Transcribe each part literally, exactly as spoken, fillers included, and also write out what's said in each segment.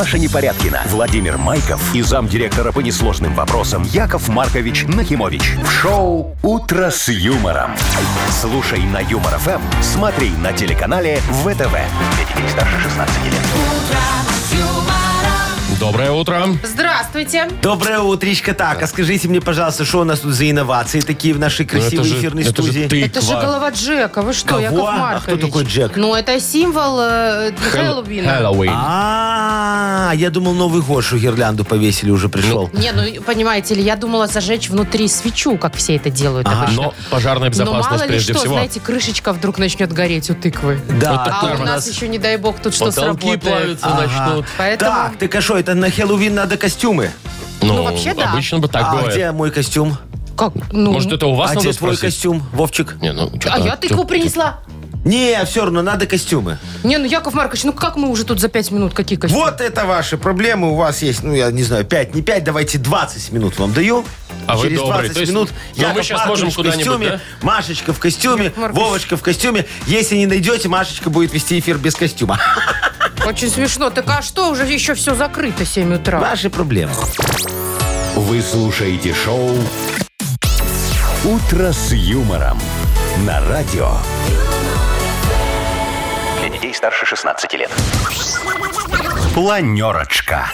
Маша Непорядкина, Владимир Майков и замдиректора по несложным вопросам Яков Маркович Нахимович. В шоу «Утро с юмором». Слушай на Юмор ФМ, смотри на телеканале ВТВ. Для детей старше шестнадцати лет. Доброе утро. Здравствуйте. Доброе утречко. Так, а скажите мне, пожалуйста, что у нас тут за инновации такие в нашей красивой же- эфирной это же студии? ты. Это же Тыква. голова Джека. Вы что, Кого? Яков А Маркович? кто такой Джек? Ну, это символ э, Хэллоуина. Хэллоуин. А, я думал, Новый год, что гирлянду повесили, уже пришел. Не, ну, понимаете ли, я думала зажечь внутри свечу, как все это делают обычно. Но пожарная Но безопасность мало ли прежде что, всего. знаете, крышечка вдруг начнет гореть у тыквы. Да, Вот так А у нормально. нас еще, не дай бог, тут что Потолки сработает. плавятся Ага. начнут. Поэтому, Так, так а что, это на Хэллоуин надо костюмы? Ну, вообще, да. Обычно бы так а бывает. где мой костюм? как, ну, Может, это у вас а надо где твой спросить? костюм, Вовчик? Не, ну, а чё-то- я тыкву чё- принесла. Не, все равно надо костюмы. Не, ну, Яков Маркович, ну как мы уже тут за пять минут, какие костюмы? Вот это ваши проблемы у вас есть. Ну, я не знаю, пять, не пять, давайте двадцать минут вам даю. А вы Через добрый. двадцать То есть, минут но мы Яков щас Маркович можем в куда-нибудь, костюме, да? Машечка в костюме, Яков Маркович. Вовочка в костюме. Если не найдете, Машечка будет вести эфир без костюма. Очень смешно. Так а что, уже еще все закрыто, семь утра. Ваши проблемы. Вы слушаете шоу «Утро с юмором» на радио. Для детей старше шестнадцати лет. Планерочка.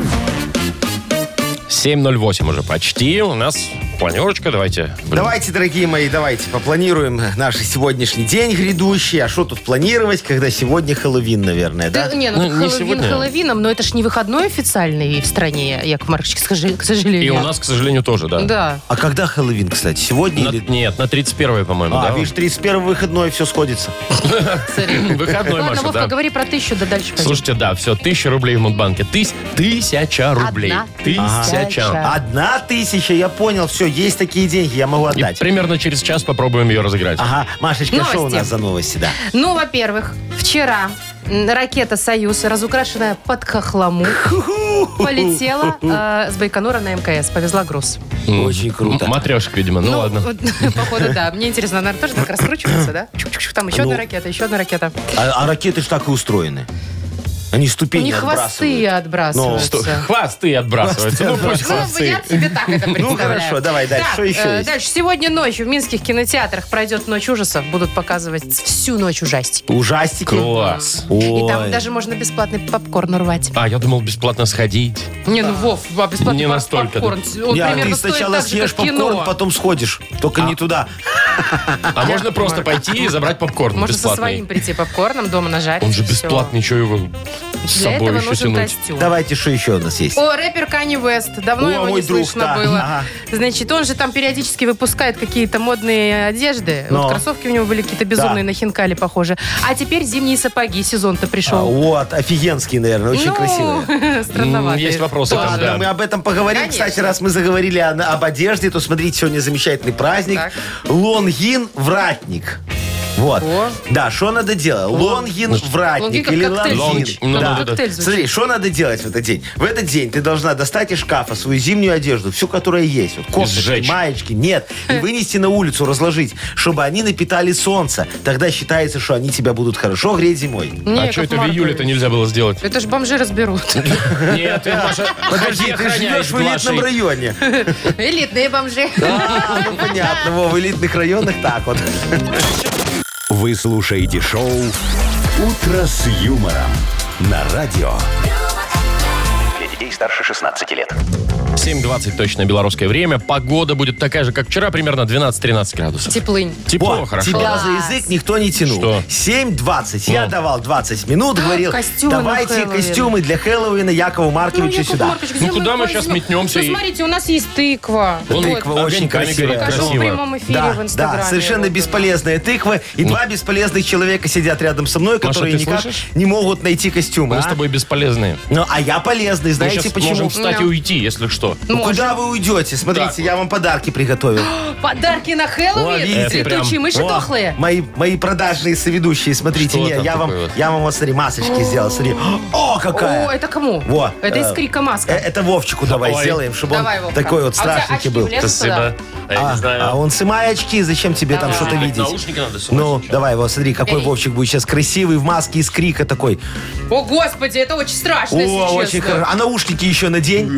семь ноль восемь уже почти. У нас планерочка. Давайте. Давайте, дорогие мои, давайте попланируем наш сегодняшний день грядущий. А что тут планировать, когда сегодня Хэллоуин, наверное, да? Да, не, ну, Ну, так не Хэллоуин сегодня. Хэллоуином, но это ж не выходной официальный в стране, Яков Маркович, к сожалению. К сожалению. И у нас, к сожалению, тоже, да. Да. А когда Хэллоуин, кстати? Сегодня На- или... Нет, на тридцать первое, по-моему, А, да? видишь, тридцать первый выходной, все сходится. Выходной, Ладно, Маша, Вовка, да. говори про тысячу, да дальше пойдем. Слушайте, да, все, тысяча рублей в Мудбанке. Тыс, тысяча рублей. Одна Тысяча. тысяча. Одна тысяча, я понял, все, есть такие деньги, я могу И отдать. примерно через час попробуем ее разыграть. Ага, Машечка, что у Новости. нас за новости, да? Ну, во-первых, вчера м, ракета «Союз», разукрашенная под хохлому, полетела э, с Байконура на МКС. Повезла груз. М, Очень круто. м- Матрешка, видимо. Ну, ладно. вот, походу, да. Мне интересно, она тоже так раскручивается, да? Чук-чук-чук, там еще Ну. одна ракета, еще одна ракета. А, а ракеты ж так и устроены. Они У ступени них хвосты отбрасывают. Что, отбрасываются. хвосты отбрасываются. Ну, пусть Ну, хвосты. я себе так это представляю. Ну, хорошо, давай дальше. Так, Что еще э, есть? Дальше. Сегодня ночью в минских кинотеатрах пройдет «Ночь ужасов». Будут показывать всю ночь ужастики. Ужастики. Класс. И там Ой. даже можно бесплатный попкорн урвать. А, я думал бесплатно сходить. Не, ну, Вов, а бесплатный Не поп- настолько, попкорн. Он Не, а примерно ты стоит сначала так же, съешь как кино. попкорн, потом сходишь. Только не туда. А можно просто пойти и забрать попкорн Можно со бесплатный? своим прийти попкорном, дома нажарить. Он же и всё. бесплатный, что его с Для собой этого еще нужен тянуть? костюм. Давайте, что еще у нас есть? О, рэпер Канни Уэст. Давно О, его мой не друг, слышно да. было. Ага. Значит, он же там периодически выпускает какие-то модные одежды. Но. Вот кроссовки у него были какие-то безумные, Да. на хинкали похожи. А теперь зимние сапоги. Сезон-то А, пришел. вот, офигенские, наверное, очень Ну, красивые. странновато. М, есть вопросы там, Ладно, да. мы об этом поговорим. Конечно. Кстати, раз мы заговорили о- об одежде, то смотрите, сегодня замечательный праздник. Так. Лонгин вратник. Вот. О. Да, что надо делать? Лонгин Лонгин вратник как или коктейль лонгин. звучит. Ну, Да. да, да, Коктейль звучит. Смотри, что надо делать в этот день? В этот день ты должна достать из шкафа свою зимнюю одежду, всю, которая есть. Вот кофточки, сжечь. маечки, нет. И вынести на улицу, разложить, чтобы они напитали солнце. Тогда считается, что они тебя будут хорошо греть зимой. Не, А Яков что это в Маркович. июле-то нельзя было сделать? Это же бомжи разберут. Нет, ты, Маша, Подожди, ходи, ты охраняй живешь в элитном Глашей. районе. Элитные бомжи. А, ну понятно, во, в элитных районах так вот. Вы слушаете шоу «Утро с юмором» на радио. Для детей старше шестнадцати лет. семь двадцать точно белорусское время. Погода будет такая же, как вчера, примерно двенадцать-тринадцать градусов. Теплынь. Тепло, Во, хорошо. тебя за Класс. язык никто не тянул. Что? семь двадцать. Я Ну. давал двадцать минут, говорил, костюмы на давайте Хэллоуин. костюмы для Хэллоуина Якову Ну, Марковичу Яков сюда. Маркович, где Ну, куда мы их щас возьмем? метнемся Ну, и- смотрите, у нас есть тыква. Вон Тыква Вот. очень огоньками красивая. горит, Покажу в красиво. прямом эфире Да, в Инстаграме. да, совершенно Вот. бесполезная тыква. И два бесполезных человека сидят рядом со мной, Маша, которые ты никак слышишь? не могут найти костюмы. Мы а? с тобой бесполезные. Ну, а я полезный, знаете щас знаете почему? Можем встать и Ну. уйти, если что. Ну, Можем. куда вы уйдете? Смотрите, Так. я вам подарки приготовил. Подарки на О, Хэллоуин? видите, Летучие прям. мыши О, дохлые? Мои, мои продажные соведущие, смотрите, Что не, там я вам, такое вот? я вам вот, смотри, масочки сделал, смотри. О, какая! О, это кому? Во, Это э, из Крика маска. Э, Это Вовчику давай Ой. сделаем, чтобы он Давай, Вовка. такой вот А у тебя страшненький очки был. влезут туда? А я А, не знаю. а он сымай очки, зачем тебе там Давай. что-то Ведь видеть? Наушники надо снимать Ну, сейчас. давай, вот смотри, какой Бери. Вовчик будет сейчас красивый, в маске из Крика такой. О, господи, это очень страшно, О, если очень честно. хорошо. А наушники еще надень.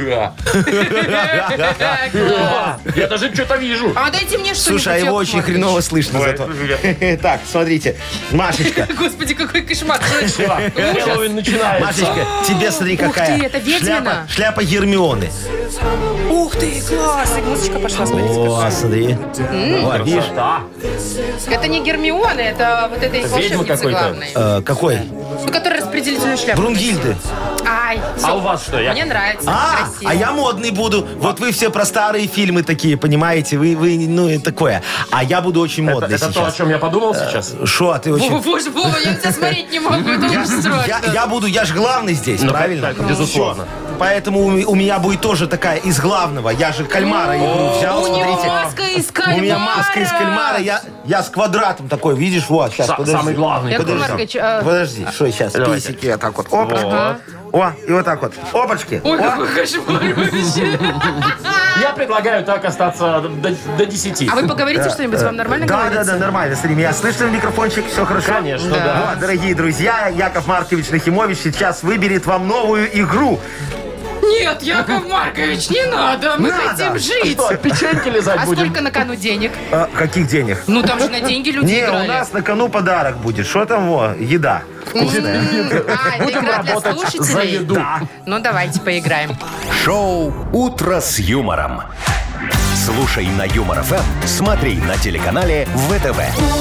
Я даже что-то вижу. А дайте мне что-нибудь. Слушай, а его Яков очень Маркович. хреново слышно зато. Так, смотрите, Машечка. Господи, какой кошмар. Хэллоуин начинается. Машечка, тебе смотри, Ух какая. ты, это ведьмина. Шляпа, шляпа Гермионы. Ух ты, класс. И музычка пошла, смотрите. О, смотри. О, видишь? Да. Это не Гермиона, это вот этой ведьма волшебницы какой-то. главной. Э, Какой? Ну, которая распределительную шляпу. Брунгильды. Ай, А всё. у вас что? Я... Мне нравится, А, красиво. а я модный буду. Вот вы все про старые фильмы такие, понимаете? Вы, вы ну, и такое. А я буду очень Это, модный это то, о сейчас. чем я подумал сейчас? Шо, ты Вова, очень... боже, Вова, я на тебя смотреть не могу, это очень страшно. Я, я буду, я же главный здесь, Ну, правильно? так, безусловно. Всё. Поэтому у, у меня будет тоже такая из главного. Я же кальмара игру взял, У него смотрите. маска из кальмара. У меня маска из кальмара, я, я с квадратом такой, видишь, вот, сейчас, Са- подожди. самый главный. Яков Подожди. Маркович, а- Подожди, что сейчас, Давайте. писики, вот так вот, оп, Вот. о, и вот так вот, опачки. Ой, О. какой кошмар вообще. Я предлагаю так остаться до, до десяти. А вы поговорите что-нибудь, вам нормально Да, говорится? да, да, нормально. Смотри, меня слышно в микрофончик, все хорошо? Конечно, Да. да. Вот, дорогие друзья, Яков Маркович Нахимович сейчас выберет вам новую игру. Нет, Яков Маркович, не надо, мы Надо. хотим жить. Что, печеньки лизать А будем? сколько на кону денег? А, каких денег? Ну, там же на деньги люди Не, играли. у нас на кону подарок будет. Что там, во, еда. Вкусная. М, А, это Будем игра для работать за слушателей? еду. Да. Ну, давайте поиграем. Шоу «Утро с юмором». Слушай на Юмор ФМ, смотри на телеканале ВТВ.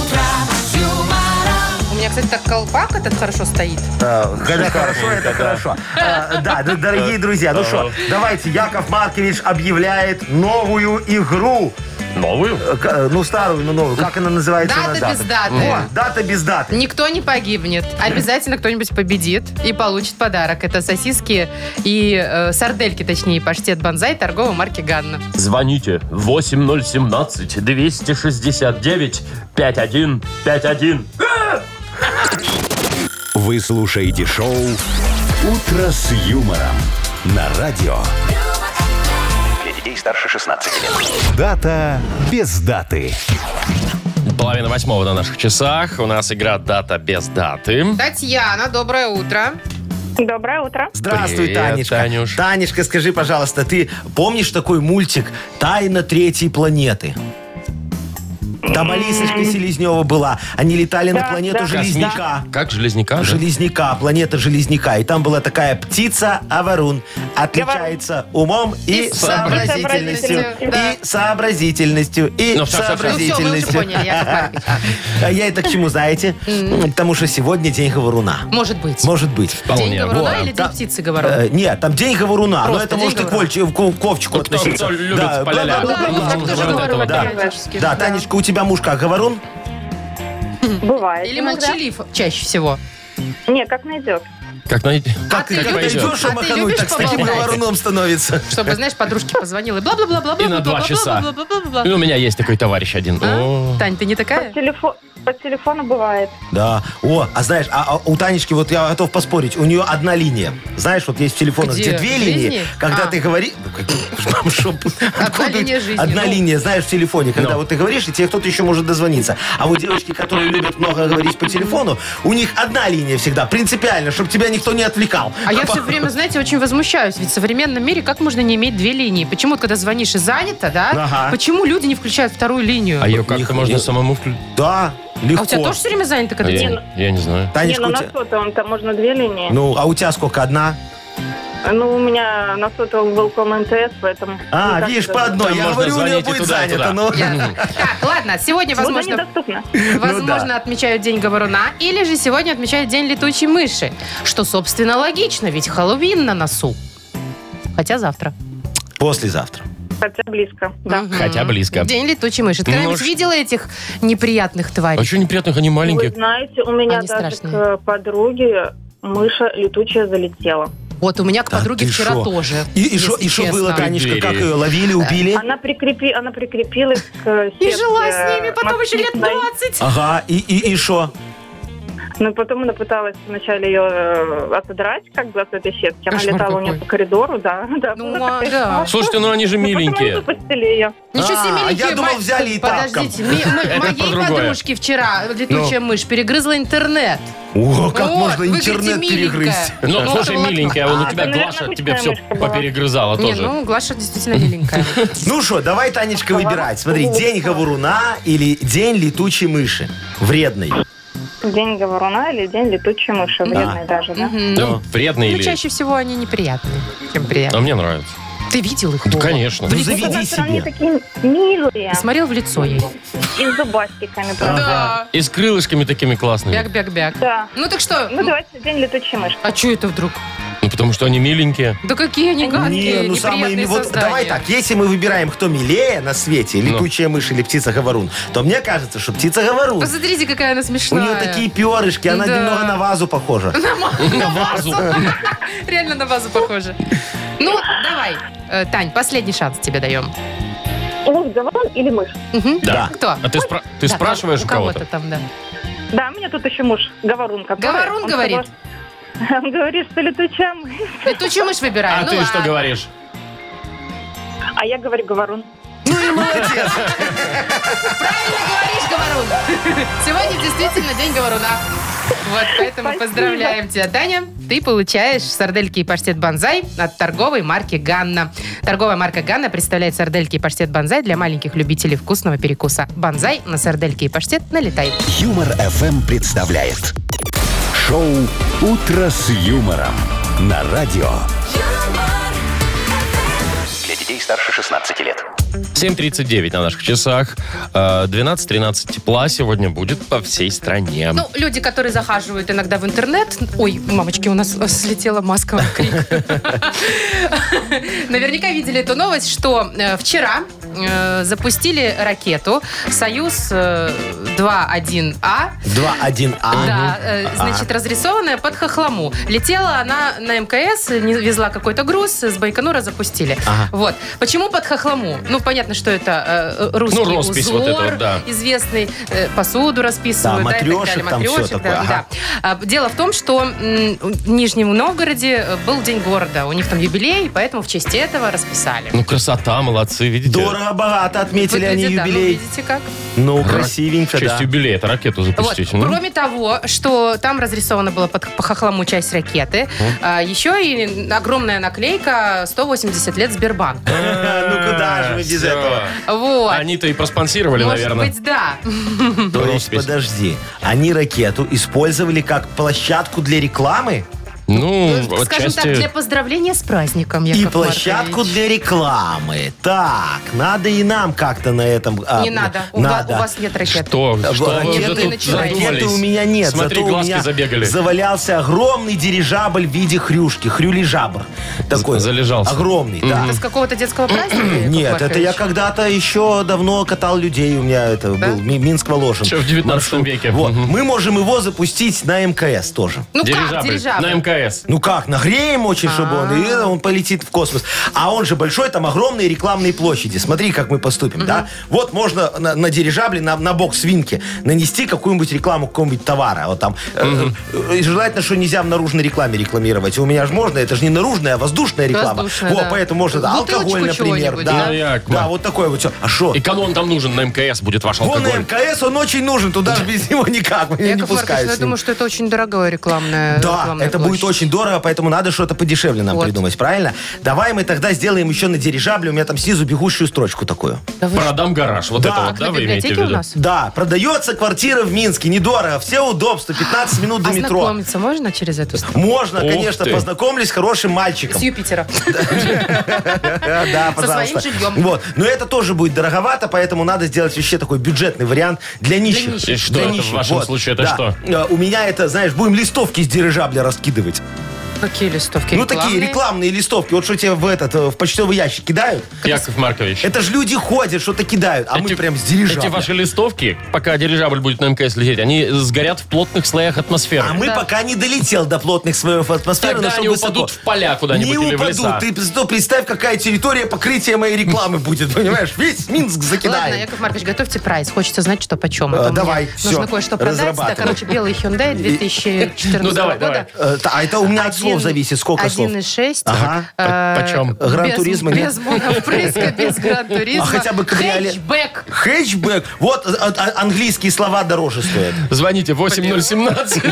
У меня, кстати, так колпак этот хорошо стоит. А, Когда хорошо, это хорошо. А, Да, д- дорогие друзья, ну что, давайте, Яков Маркович объявляет новую игру. Новую? Э, к- э, Ну, старую, но новую. Как она называется? у нас Дата без даты. О, дата без даты. Никто не погибнет. Обязательно кто-нибудь победит и получит подарок. Это сосиски и э, сардельки, точнее, паштет банзай торговой марки Ганна. Звоните восемь ноль один семь двести шестьдесят девять пятьдесят один пятьдесят один. Вы слушаете шоу «Утро с юмором» на радио. Для детей старше шестнадцати лет. Дата без даты. Половина восьмого на наших часах. У нас игра «Дата без даты». Татьяна, доброе утро. Доброе утро. Здравствуй, Привет, Танечка. Танюш. Танечка, скажи, пожалуйста, ты помнишь такой мультик «Тайна третьей планеты»? Там Алисочка Селезнева была. Они летали на Да, планету да. Железняка. Как Железняка? да? Железняка, планета Железняка. И там была такая птица Аварун. Отличается умом и, И сообразительностью. сообразительностью, да. И сообразительностью. И Ну, всё, всё, всё. Ну все, мы уже сообразительностью. поняли, Яков Маркович. А я это к чему, знаете? К тому, что сегодня день Говоруна. Может быть. Может быть. День Вполне. говоруна Вот. или день Та- птицы говоруна? Э, Нет, там день Говоруна. Но Просто это день может и к, Говоруна. Вольчи- к Ковчику Ну, кто- относиться. кто любит поля-ля. Да, бла-бла-бла-бла. ну, так тоже Вот говоруна это вот, да. периодически. Да, Танечка, у тебя муж как, Говорун? Бывает. Или иногда. молчалив чаще всего. Не, как найдет. Как найти? А ты Как любишь? пойдет. идешь, А ты махануть, любишь так с таким поболтать? Говоруном становится. Чтобы, знаешь, подружке позвонила и бла-бла-бла-бла. И на два часа. Ну, у меня есть такой товарищ один. О. Тань, ты не По, такая? телефо- по телефону бывает. Да. О, а знаешь, а, а у Танечки, вот я готов поспорить, у нее одна линия. Знаешь, вот есть в телефонах, Где? где, две В жизни? линии. Когда А. ты говоришь... Ну, как- чтоб- откуда линия жизни, Одна ну. линия, знаешь, в телефоне. Когда Ну. вот ты говоришь, и тебе кто-то еще может дозвониться. А вот девочки, которые любят много говорить по телефону, у них одна линия всегда, принципиально, чтобы тебя никто не отвлекал. А я все время, знаете, очень возмущаюсь. Ведь в современном мире как можно не иметь две линии? Почему, вот когда звонишь и занято, да? Ага. Почему люди не включают вторую линию? А ее Них- как-то можно них- самому включить? Да, А легко. у тебя тоже все время занято, когда Я, ты... я не знаю. Танечка, не, ну у на тебя- сотовом там можно две линии. Ну, а у тебя сколько, одна? Ну, у меня на сотовом был ком эн тэ эс, поэтому... А, никак видишь, не по зайду. одной. Там Я можно говорю, у нее звонить и будет туда, и занято. туда. Ну. Я- Так, ладно, сегодня, Буду возможно, недоступна. возможно, да. отмечают День Говоруна, или же сегодня отмечают День летучей мыши. Что, собственно, логично, ведь Хэллоуин на носу. Хотя завтра. Послезавтра. Хотя близко, да. Мгм. Хотя близко. День летучей мыши. Ты Ну, когда-нибудь ш- видела этих неприятных тварей? А что неприятных, они Вы маленькие. знаете, у меня Они даже страшные. к подруге мыша летучая залетела. Вот у меня к Да подруге ты вчера шо? тоже. И, и что если и было, честно. Танечка, Двери. как ее ловили, убили? Она, прикрепи, она прикрепилась к И сетке жила с ними потом еще лет москитной. двадцать. Ага, и и и что? Ну, потом она пыталась вначале ее э, отодрать, как бы, от этой сетки. Она Кошмар летала у какой. нее по коридору, да. да Ну, было а, такая да. ситуация. Слушайте, ну они же Ну, потом они миленькие. выпустили ее. Ничего себе, А, миленькие. я думал, ма- взяли и тапком. Подождите, ми- мы- Это моей про другое. подружке вчера летучая мышь перегрызла интернет. О, как Вот, можно вы говорите, интернет миленькая. перегрызть? Ну, Ну, слушай, это вот- миленькая, вон у А, тебя это, Глаша наверное, тебе все ручная мышка была. поперегрызала Не, тоже. ну, Глаша действительно миленькая. Ну что, давай, Танечка, выбирать. Смотри, день говоруна или день летучей мыши? Вредный. День говоруна или день летучей мыши. Вредной даже, да? Ну, вредный Ну, или... чаще всего они неприятные, чем А приятные. мне нравится. Ты видел их? Да, Вова? конечно. В Ну, лицо? заведи Они себе. такие милые. Ты смотрел в лицо ей? И с зубастиками, правда. Да. И с крылышками такими классными. Бяк-бяк-бяк. Да. Ну так что? Ну, давайте день летучей мыши. А что это вдруг? Ну, потому что они миленькие. Да какие они гадкие, Не, ну самые... неприятные Вот создания. давай так, если мы выбираем, кто милее на свете, Ну. летучая мышь или птица-говорун, то мне кажется, что птица-говорун. Посмотрите, какая она У смешная. нее такие перышки, она Да. немного на вазу похожа. На вазу. Реально на вазу похоже. Ну, давай, э, Тань, последний шанс тебе даем. Лук, говорун или мышь? Мгм. Да. Кто? А ты, спра- ты Да, спрашиваешь у у кого-то? кого-то там, да. Да, у меня тут еще муж, говорун. который- Говорун он говорит? сказал, Он говорит, что летучая мышь. Летучую мышь выбираем. А ну ты что ладно. говоришь? А я говорю говорун. Правильно говоришь, говорун. Сегодня действительно день говоруна. Вот, поэтому Спасибо. поздравляем тебя, Таня. Ты получаешь сардельки и паштет «Банзай» от торговой марки «Ганна». Торговая марка «Ганна» представляет сардельки и паштет «Банзай» для маленьких любителей вкусного перекуса. «Банзай» на сардельки и паштет налетай. Юмор эф эм представляет шоу «Утро с юмором» на радио. Для детей старше шестнадцати лет. семь тридцать девять на наших часах. Э, двенадцать-тринадцать тепла сегодня будет по всей стране. Ну, люди, которые захаживают иногда в интернет... Ой, мамочки, у нас слетела маска. Крик. Наверняка видели эту новость, что э, вчера э, запустили ракету «Союз два один А». два один А. Да, э, значит, разрисованная под Хохлому. Летела она на эм ка эс, не- везла какой-то груз, с Байконура запустили. Ага. Вот. Почему под Хохлому? Ну, понятно, что это э, русский Ну, роспись узор, вот эта вот, да. известный, э, посуду расписывают. Да, да, и так матрешек, далее. там всё Матрешек, такое, да, ага. да. А, Дело в том, что м, в Нижнем Новгороде э, был День города. У них там юбилей, поэтому в честь этого расписали. Ну, красота, молодцы, видите? Дорого-богато отметили они Выглядит, да, ну, юбилей. видите как? Ну, В красивенько, честь да. юбилея это ракету Вот. запустить. ну. Кроме того, что там разрисована была под, по хохлому часть ракеты, а, еще и огромная наклейка «сто восемьдесят лет Сбербанк». Ну куда же вы без Всё. этого? Вот. Они-то и проспонсировали, Может наверное. быть, да. То есть, Роспись. подожди, они ракету использовали как площадку для рекламы? Ну, Скажем так, для отчасти... поздравления с праздником, И Яков площадку Маркович. для рекламы. Так, надо и нам как-то на этом... а, Не надо. У, ва- Надо. у вас нет ракет. Что? Что вы Ракеты, уже тут начинайте. ракеты задумались? у меня нет. Смотри, зато у глазки меня забегали. завалялся огромный дирижабль в виде хрюшки. Хрюли-жабр. Такой. Залежался. Огромный, да. Это с какого-то детского праздника? Яков Нет, это Маркович? я когда-то еще давно катал людей. У меня это Да? был Ми- Минск-Воложин. Еще в девятнадцатом Маршрут. веке. Вот. Мгм. Мы можем его запустить на эм ка эс тоже. Ну как, Дирижабль. дирижабль? На эм ка эс. Ну как, нагреем очень, чтобы он, и он полетит в космос. А он же большой, там огромные рекламные площади. Смотри, как мы поступим, да? Вот можно на, на дирижабле, на, на бок свинки нанести какую-нибудь рекламу какого-нибудь товара. Вот там. э, э, желательно, что нельзя в наружной рекламе рекламировать. У меня же можно, это же не наружная, а воздушная реклама. Воздушная, вот, да. поэтому можно, да, Бутылочку алкоголь, например. чего-нибудь, Да, да? Яков. да, вот такое вот все. А что? И кому он там нужен? На эм ка эс будет ваш Вон на алкоголь. эм ка эс он очень нужен, туда же без него никак. Меня не Яков Маркович, пускают ну, я с ним. думаю, что это очень дорогое рекламное. Да, рекламная это площадь. будет очень дорого, поэтому надо что-то подешевле нам Вот. придумать, правильно? Давай мы тогда сделаем еще на дирижабле, у меня там снизу бегущую строчку такую. Да вы Продам гараж. Вот Да. это вот, Как да, на вы имеете в библиотеке у виду? нас? Да, продается квартира в Минске, недорого, все удобства, пятнадцать минут до А метро. знакомиться можно через эту страну? Можно, Ух конечно, ты. познакомились с хорошим мальчиком. С Юпитера. Да, пожалуйста. своим жильем. Вот. Но это тоже будет дороговато, поэтому надо сделать вообще такой бюджетный вариант для нищих. нищих. И что Для это в нищих, вашем вот. случае? Это Да. что? Э, У меня это, знаешь, будем листовки с дирижабля раскидывать. Какие листовки? Ну, такие рекламные листовки. Вот что тебе в этот, э, в почтовый ящик кидают. Яков Маркович. Это же люди ходят, что-то кидают, а мы Эти- прям с дирижабля. Эти ваши листовки, пока дирижабль будет на эм ка эс лететь, они сгорят в плотных слоях атмосферы. А мы Да. пока не долетел до плотных слоев атмосферы, Тогда но что они высоко. упадут в поля куда-нибудь Не или в леса. упадут. Ты ну, представь, какая территория покрытия моей рекламы будет, понимаешь? Весь Минск Ладно, закидаем. Яков Маркович, готовьте прайс. Хочется знать, что почем. Э, А то мне давай, всё, нужно кое-что продать. Да, разрабатывай. короче, белый Hyundai две тысячи четырнадцатого Ну, давай, года. давай. Э, та- А это у меня от слов зависит, сколько слов. один и шесть. Ага. Э, Почем? Гран-туризмо, нет? Без моновпрыска, без гран-туризма. А хотя бы кабриолет. Хэтчбэк. Хэтчбэк. Вот а- а- английские слова дороже стоят. Звоните восемь ноль один семь.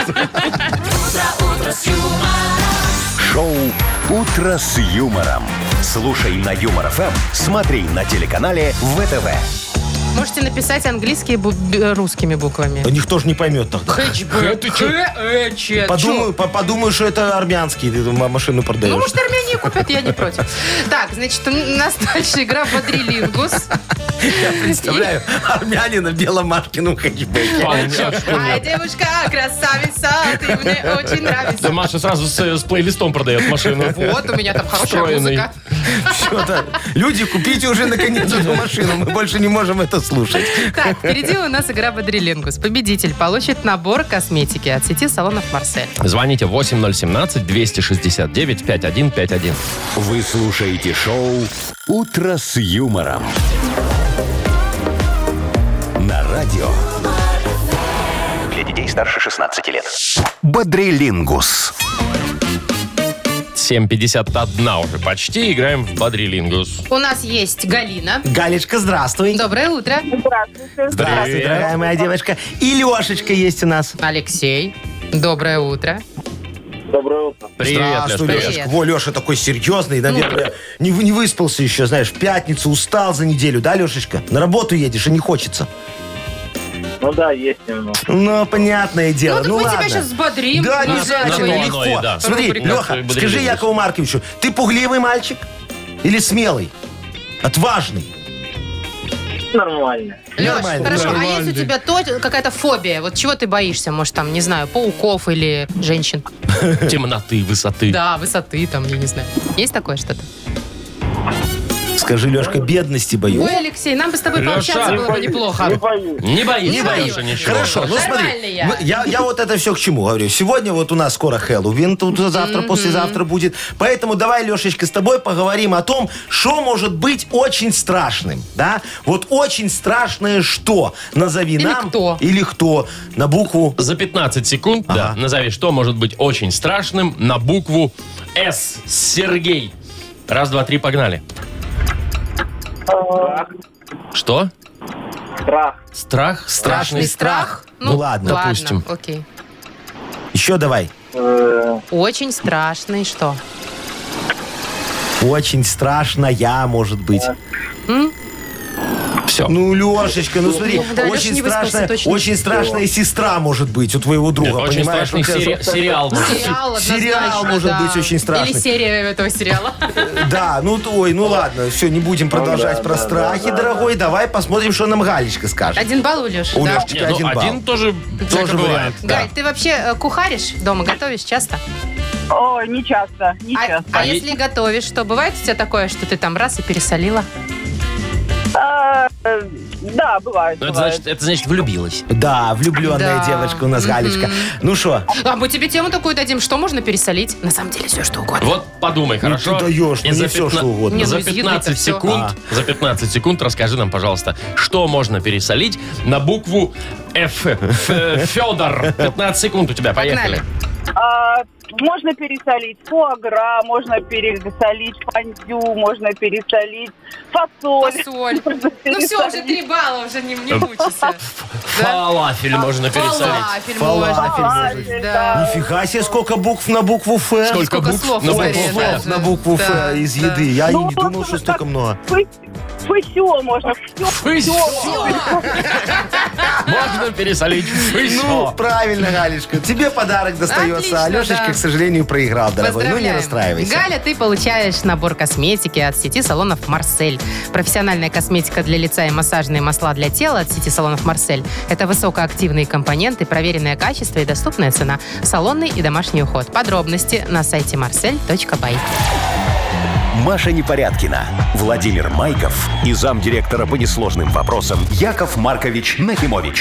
Шоу «Утро с юмором». Слушай на Юмор ФМ, смотри на телеканале ВТВ. Можете написать английские бу- б- русскими буквами. Никто же не поймет тогда. Хэтчбэк. ты чё? Хэтчбэк. Подумаю, по- подумаю, что это армянский, ты м- машину Ну, продаешь. может, армяне купят, я не против. Так, значит, у нас дальше игра «Бодрилингус». Я представляю, армянина в белом Машкином хэтчбеке. Ай, девушка, красавица, ты мне очень Да нравится. Маша сразу с, с плейлистом продает машину. Вот, у меня там хорошая Встроенный. музыка. Всё-то. Люди, купите уже наконец эту машину. Мы больше не можем это слушать. Так, впереди у нас игра «Бодрилингус». Победитель получит набор косметики от сети салонов «Марсель». Звоните восемь ноль один семь двести шестьдесят девять пятьдесят один пятьдесят один. Вы слушаете шоу «Утро с юмором». На радио. Для детей старше шестнадцати лет. Бодрилингус. семь пятьдесят один уже почти. Играем в Бодрилингус. У нас есть Галина. Галечка, здравствуй. Доброе утро. Здравствуйте. Здравствуй, Привет. дорогая моя девочка. И Лешечка есть у нас. Алексей. Доброе утро. Доброе утро. Привет, Леш, Здравствуй, привет. Лешечка. Во, Леша такой серьезный, наверное, не, вы- не выспался еще, знаешь, в пятницу, устал за неделю, да, Лешечка? На работу едешь, и не хочется. Ну да, есть немного. Ну, понятное дело. Ну, так Ну, мы ладно. тебя сейчас взбодрим. Да, не Ну, значит, ну, давай. оно легко. и да. Смотри, Рубрика. Леха, Бодрилингус. скажи Якову Марковичу, ты пугливый мальчик или смелый? Отважный? Нормально. Леш, Нормально. хорошо, а Нормально. есть у тебя то, какая-то фобия? Вот чего ты боишься? Может, там, не знаю, пауков или женщин? Темноты, высоты. Да, высоты, там, я не знаю. Есть такое что-то? Скажи, Лешка, бедности боюсь. Ой, Алексей, нам бы с тобой Леша, пообщаться не было бы Не неплохо. боюсь. Не боись, Не Леша, боюсь. ничего. Хорошо, ну смотри, Нормальный я. мы- я, я вот это все к чему говорю. Сегодня вот у нас скоро Хэллоуин, тут завтра, послезавтра будет. Поэтому давай, Лешечка, с тобой поговорим о том, что может быть очень страшным. Да? Вот очень страшное что? Назови Или нам. кто. Или кто. На букву... За пятнадцать секунд, да, назови, что может быть очень страшным на букву «С». Сергей. Раз, два, три, погнали. Страх. Что? Страх. Страх? Страшный страх? Ну, ладно, допустим. Окей. Еще давай. Э, Очень страшный что? Очень страшная, может быть. Все. Ну, Лешечка, ну смотри, Да, Леша очень не выспался, страшная, точно. очень страшная сестра может быть у твоего друга, Очень понимаешь? страшный Вот это- сери- сериал. может быть. Сериал, Сериал однозначно, может да. быть очень страшный. Или серия этого сериала. Да, ну т- ой, ну ладно, все, не будем продолжать да, про да, страхи, да, да, дорогой. Давай посмотрим, что нам Галечка скажет. Один балл у Леши, У да? Лешечки Не, ну, один балл. один тоже, Тоже тоже бывает. вариант. Да. Галь, ты вообще э, кухаришь дома, готовишь часто? Ой, не часто, не А, часто. а если готовишь, что бывает у тебя такое, что ты там раз и пересолила? А, э, да, бывает. Ну, это бывает. значит, это значит влюбилась. Да, влюбленная Да. девочка у нас Галечка. Ну что, А мы тебе тему такую дадим, что можно пересолить? На самом деле все, что угодно. Вот подумай, Ну, хорошо? ты даешь, И ну, за не всё, пятна- что угодно. Не, ну, За из еды-то пятнадцать всё. секунд, за пятнадцать секунд расскажи нам, пожалуйста, что можно пересолить на букву Ф. Ф- Федор. пятнадцать секунд у тебя, поехали. Погнали. А, можно пересолить фуагра, можно пересолить фондю, можно пересолить фасоль. Фасоль. Можно Ну все, пересолить. уже три балла, уже не, не мучайся. Фалафель можно пересолить. Фалафель Фалафель можно можно. пересолить, да. нифига себе, сколько букв на букву Ф. Сколько Сколько букв слов на скорее букву даже. Ф? Слов на букву Да, Ф из да. еды. Я и Ну, не думал, просто что столько как много. быть, Фысё можно. Фысё. Можно пересолить фысё. Ну, правильно, Галечка. Тебе подарок достается. Отлично, Алешечка, да. к сожалению, проиграл, дорогой. Ну, не Поздравляем. расстраивайся. Галя, ты получаешь набор косметики от сети салонов «Марсель». Профессиональная косметика для лица и массажные масла для тела от сети салонов «Марсель». Это высокоактивные компоненты, проверенное качество и доступная цена. Салонный и домашний уход. Подробности на сайте marsel точка бай. Маша Непорядкина, Владимир Майков и замдиректора по несложным вопросам Яков Маркович Нахимович.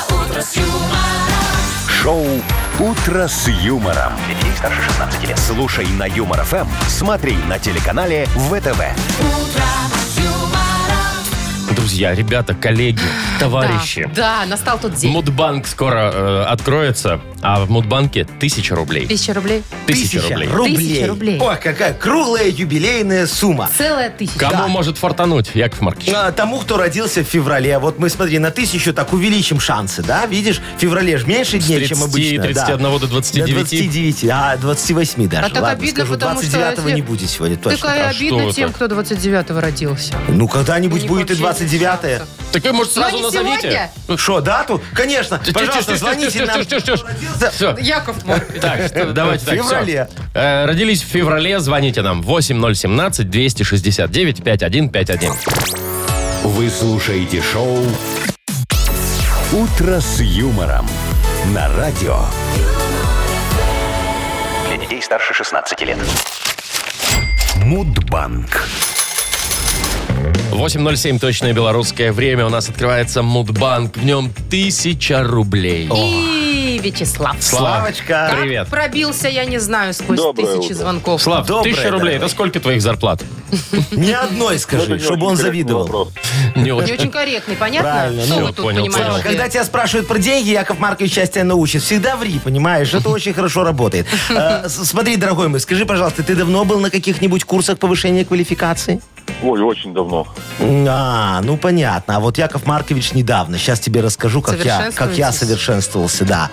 Шоу «Утро с юмором». Для детей старше шестнадцати лет. Слушай на Юмор ФМ, смотри на телеканале ВТВ. Друзья, ребята, коллеги, товарищи. Да, да, настал тот день. Мудбанк скоро э, откроется, а в Мудбанке тысяча рублей. Тысяча рублей. Тысяча рублей. Тысяча рублей. О, какая круглая юбилейная сумма. Целая тысяча. Кому Да. может фартануть, Яков Маркович? А, Тому, кто родился в феврале. Вот мы, смотри, на тысячу так увеличим шансы, да? Видишь, в феврале же меньше дней, чем обычно. тридцати одного до двадцати До девяти. двадцати девяти, а двадцати восьми даже. А так Ладно, обидно, скажу, потому что двадцать девятого если- не будет сегодня, точно. Такая А что обидно вы тем, так? кто двадцать девятого родился. Ну, когда-нибудь У них будет и вообще двадцать девятое. шансов. Так вы, может, сразу Но не назовите? сегодня. Что, дату? Конечно. Пожалуйста, звоните нам. Все. Яков Маркович. Так, что, давайте В так, всё. феврале. Э, родились в феврале, звоните нам восемь ноль семнадцать двести шестьдесят девять пятьдесят один пятьдесят один. Вы слушаете шоу «Утро с юмором» на радио. Для детей старше шестнадцати лет. Мудбанк. восемь ноль семь точное белорусское время. У нас открывается Мудбанк. В нем тысяча рублей. И Вячеслав. Славочка. Как Привет. пробился, я не знаю, сквозь Доброе тысячи утро. звонков. Слав, Доброе, тысяча рублей. дорогой. Это сколько твоих зарплат? Ни одной скажи, Это не чтобы очень он корректный завидовал. вопрос. Не Не очень. очень корректный, понятно? Правильно, Что ну, вы тут понял, понимаете? понял. Когда тебя спрашивают про деньги, Яков Маркович сейчас тебя научит. Всегда ври, понимаешь? Это очень хорошо работает. Э, с- Смотри, дорогой мой, скажи, пожалуйста, ты давно был на каких-нибудь курсах повышения квалификации? Ой, очень давно. А, ну понятно. А вот Яков Маркович недавно. Сейчас тебе расскажу, как я, как я Совершенствуетесь? совершенствовался, да.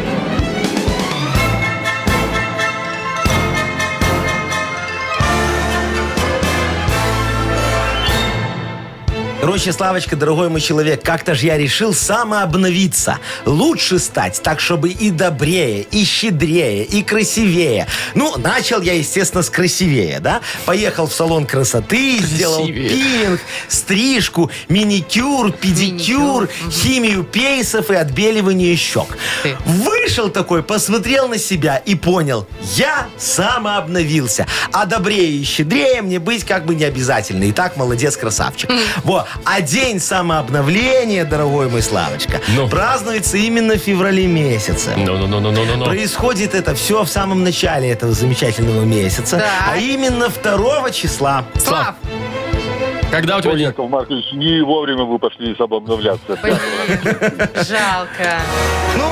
Короче, Славочка, дорогой мой человек, как-то же я решил самообновиться. Лучше стать, так, чтобы и добрее, и щедрее, и красивее. Ну, начал я, естественно, с красивее, да? Поехал в салон красоты, сделал Красивее. пилинг, стрижку, маникюр, педикюр, Маникюр, химию пейсов и отбеливание щек. Ты. Вышел такой, посмотрел на себя и понял, я самообновился. А добрее и щедрее мне быть как бы не обязательно. И так, молодец, красавчик. Во. А день самообновления, дорогой мой Славочка, Ну. празднуется именно в феврале месяце. Ну-ну-ну-ну-ну-ну. Происходит это все в самом начале этого замечательного месяца, Так. а именно второго числа. Слав, Когда у тебя Ой, день? Яков Маркович, не вовремя вы пошли самообновляться. жалко. Ну,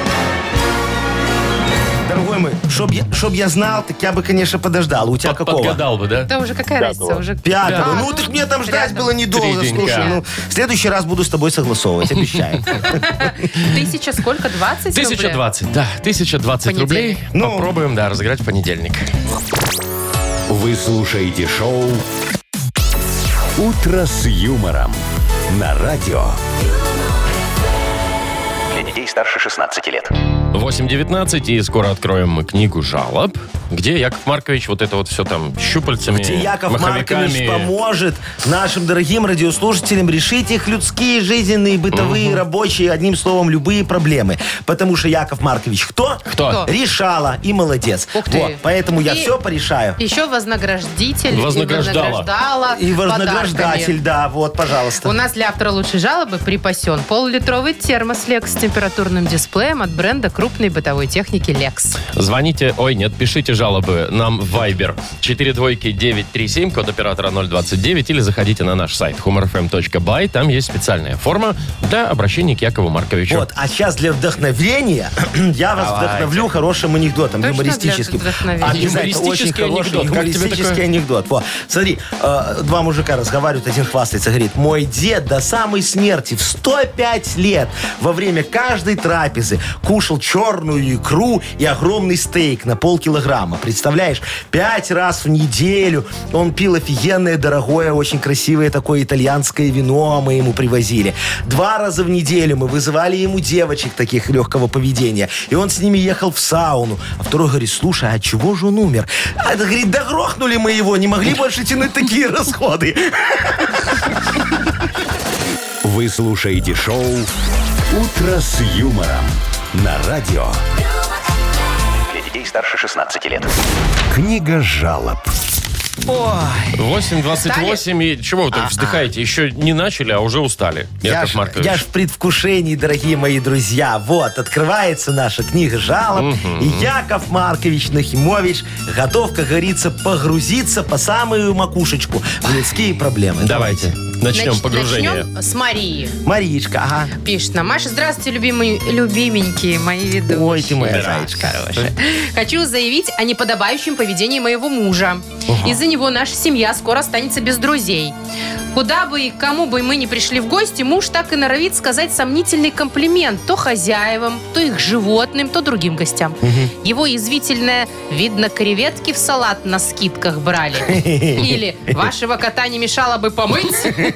дорогой мой, чтоб я, чтоб я знал, так я бы, конечно, подождал. У тебя Под- какого? Подгадал бы, да? Да уже какая Пятого. разница? Уже... Пятого. А, Ну, так мне там ждать рядом. было недолго. Средненько. Слушай, ну, в следующий раз буду с тобой согласовывать, обещаю. Тысяча сколько? двадцать Тысяча рублей? двадцать, да. Тысяча двадцать рублей. Понедельник. Ну. Попробуем, да, разыграть в понедельник. Вы слушаете шоу «Утро с юмором» на радио. Для детей старше шестнадцати лет. восемь девятнадцать, и скоро откроем мы книгу жалоб, где Яков Маркович вот это вот все там щупальцами, Где Яков маховиками. Маркович поможет нашим дорогим радиослушателям решить их людские, жизненные, бытовые, рабочие, одним словом, любые проблемы. Потому что Яков Маркович кто? Кто? Кто? Решала и молодец. Ух ты. Вот, поэтому я И- все порешаю. Еще вознаградитель. Вознаграждала. И вознаграждала И вознаграждатель, подарками. да, вот, пожалуйста. У нас для автора лучшей жалобы припасен пол-литровый термос Lex с температурным дисплеем от бренда крупной бытовой техники Lex. Звоните, ой, нет, пишите жалобы нам в Viber четыре двойки девять три семь, код оператора ноль двадцать девять, или заходите на наш сайт humor f m точка by. Там есть специальная форма для обращения к Якову Марковичу. Вот, а сейчас для вдохновения я вас Давайте. вдохновлю хорошим анекдотом, Точно юмористическим. для вдохновения? Обязательно, очень Юмористический хороший анекдот. Как тебе юмористический такое? анекдот. Во, смотри, э, два мужика разговаривают, один хвастается, говорит, мой дед до самой смерти в сто пять лет во время каждой трапезы кушал черную икру и огромный стейк на полкилограмма. Представляешь, пять раз в неделю он пил офигенное, дорогое, очень красивое такое итальянское вино, мы ему привозили. Два раза в неделю мы вызывали ему девочек таких легкого поведения, и он с ними ехал в сауну. А второй говорит: слушай, а чего же он умер? А это, говорит, да грохнули мы его, не могли больше тянуть такие расходы. Вы слушаете шоу «Утро с юмором» на радио. Для детей старше шестнадцати лет. Книга жалоб. восемь двадцать восемь. И чего вы так вздыхаете? Еще не начали, а уже устали. Я Яков ж, Маркович. я ж в предвкушении, дорогие мои друзья. Вот, открывается наша книга жалоб. И Яков Маркович Нахимович готов, как говорится, погрузиться по самую макушечку в людские проблемы. Давайте. Начнем Нач- погружение. Начнем с Марии. Мариечка, ага. Пишет нам: Маша, здравствуйте, любимые, любименькие мои ведущие. Ой, ты моя Да, зайчка. хорошая. Хочу заявить о неподобающем поведении моего мужа. Из-за него наша семья скоро останется без друзей. Куда бы и к кому бы мы ни пришли в гости, муж так и норовит сказать сомнительный комплимент то хозяевам, то их животным, то другим гостям. Его язвительное «видно, креветки в салат на скидках брали». Или «вашего кота не мешало бы помыть».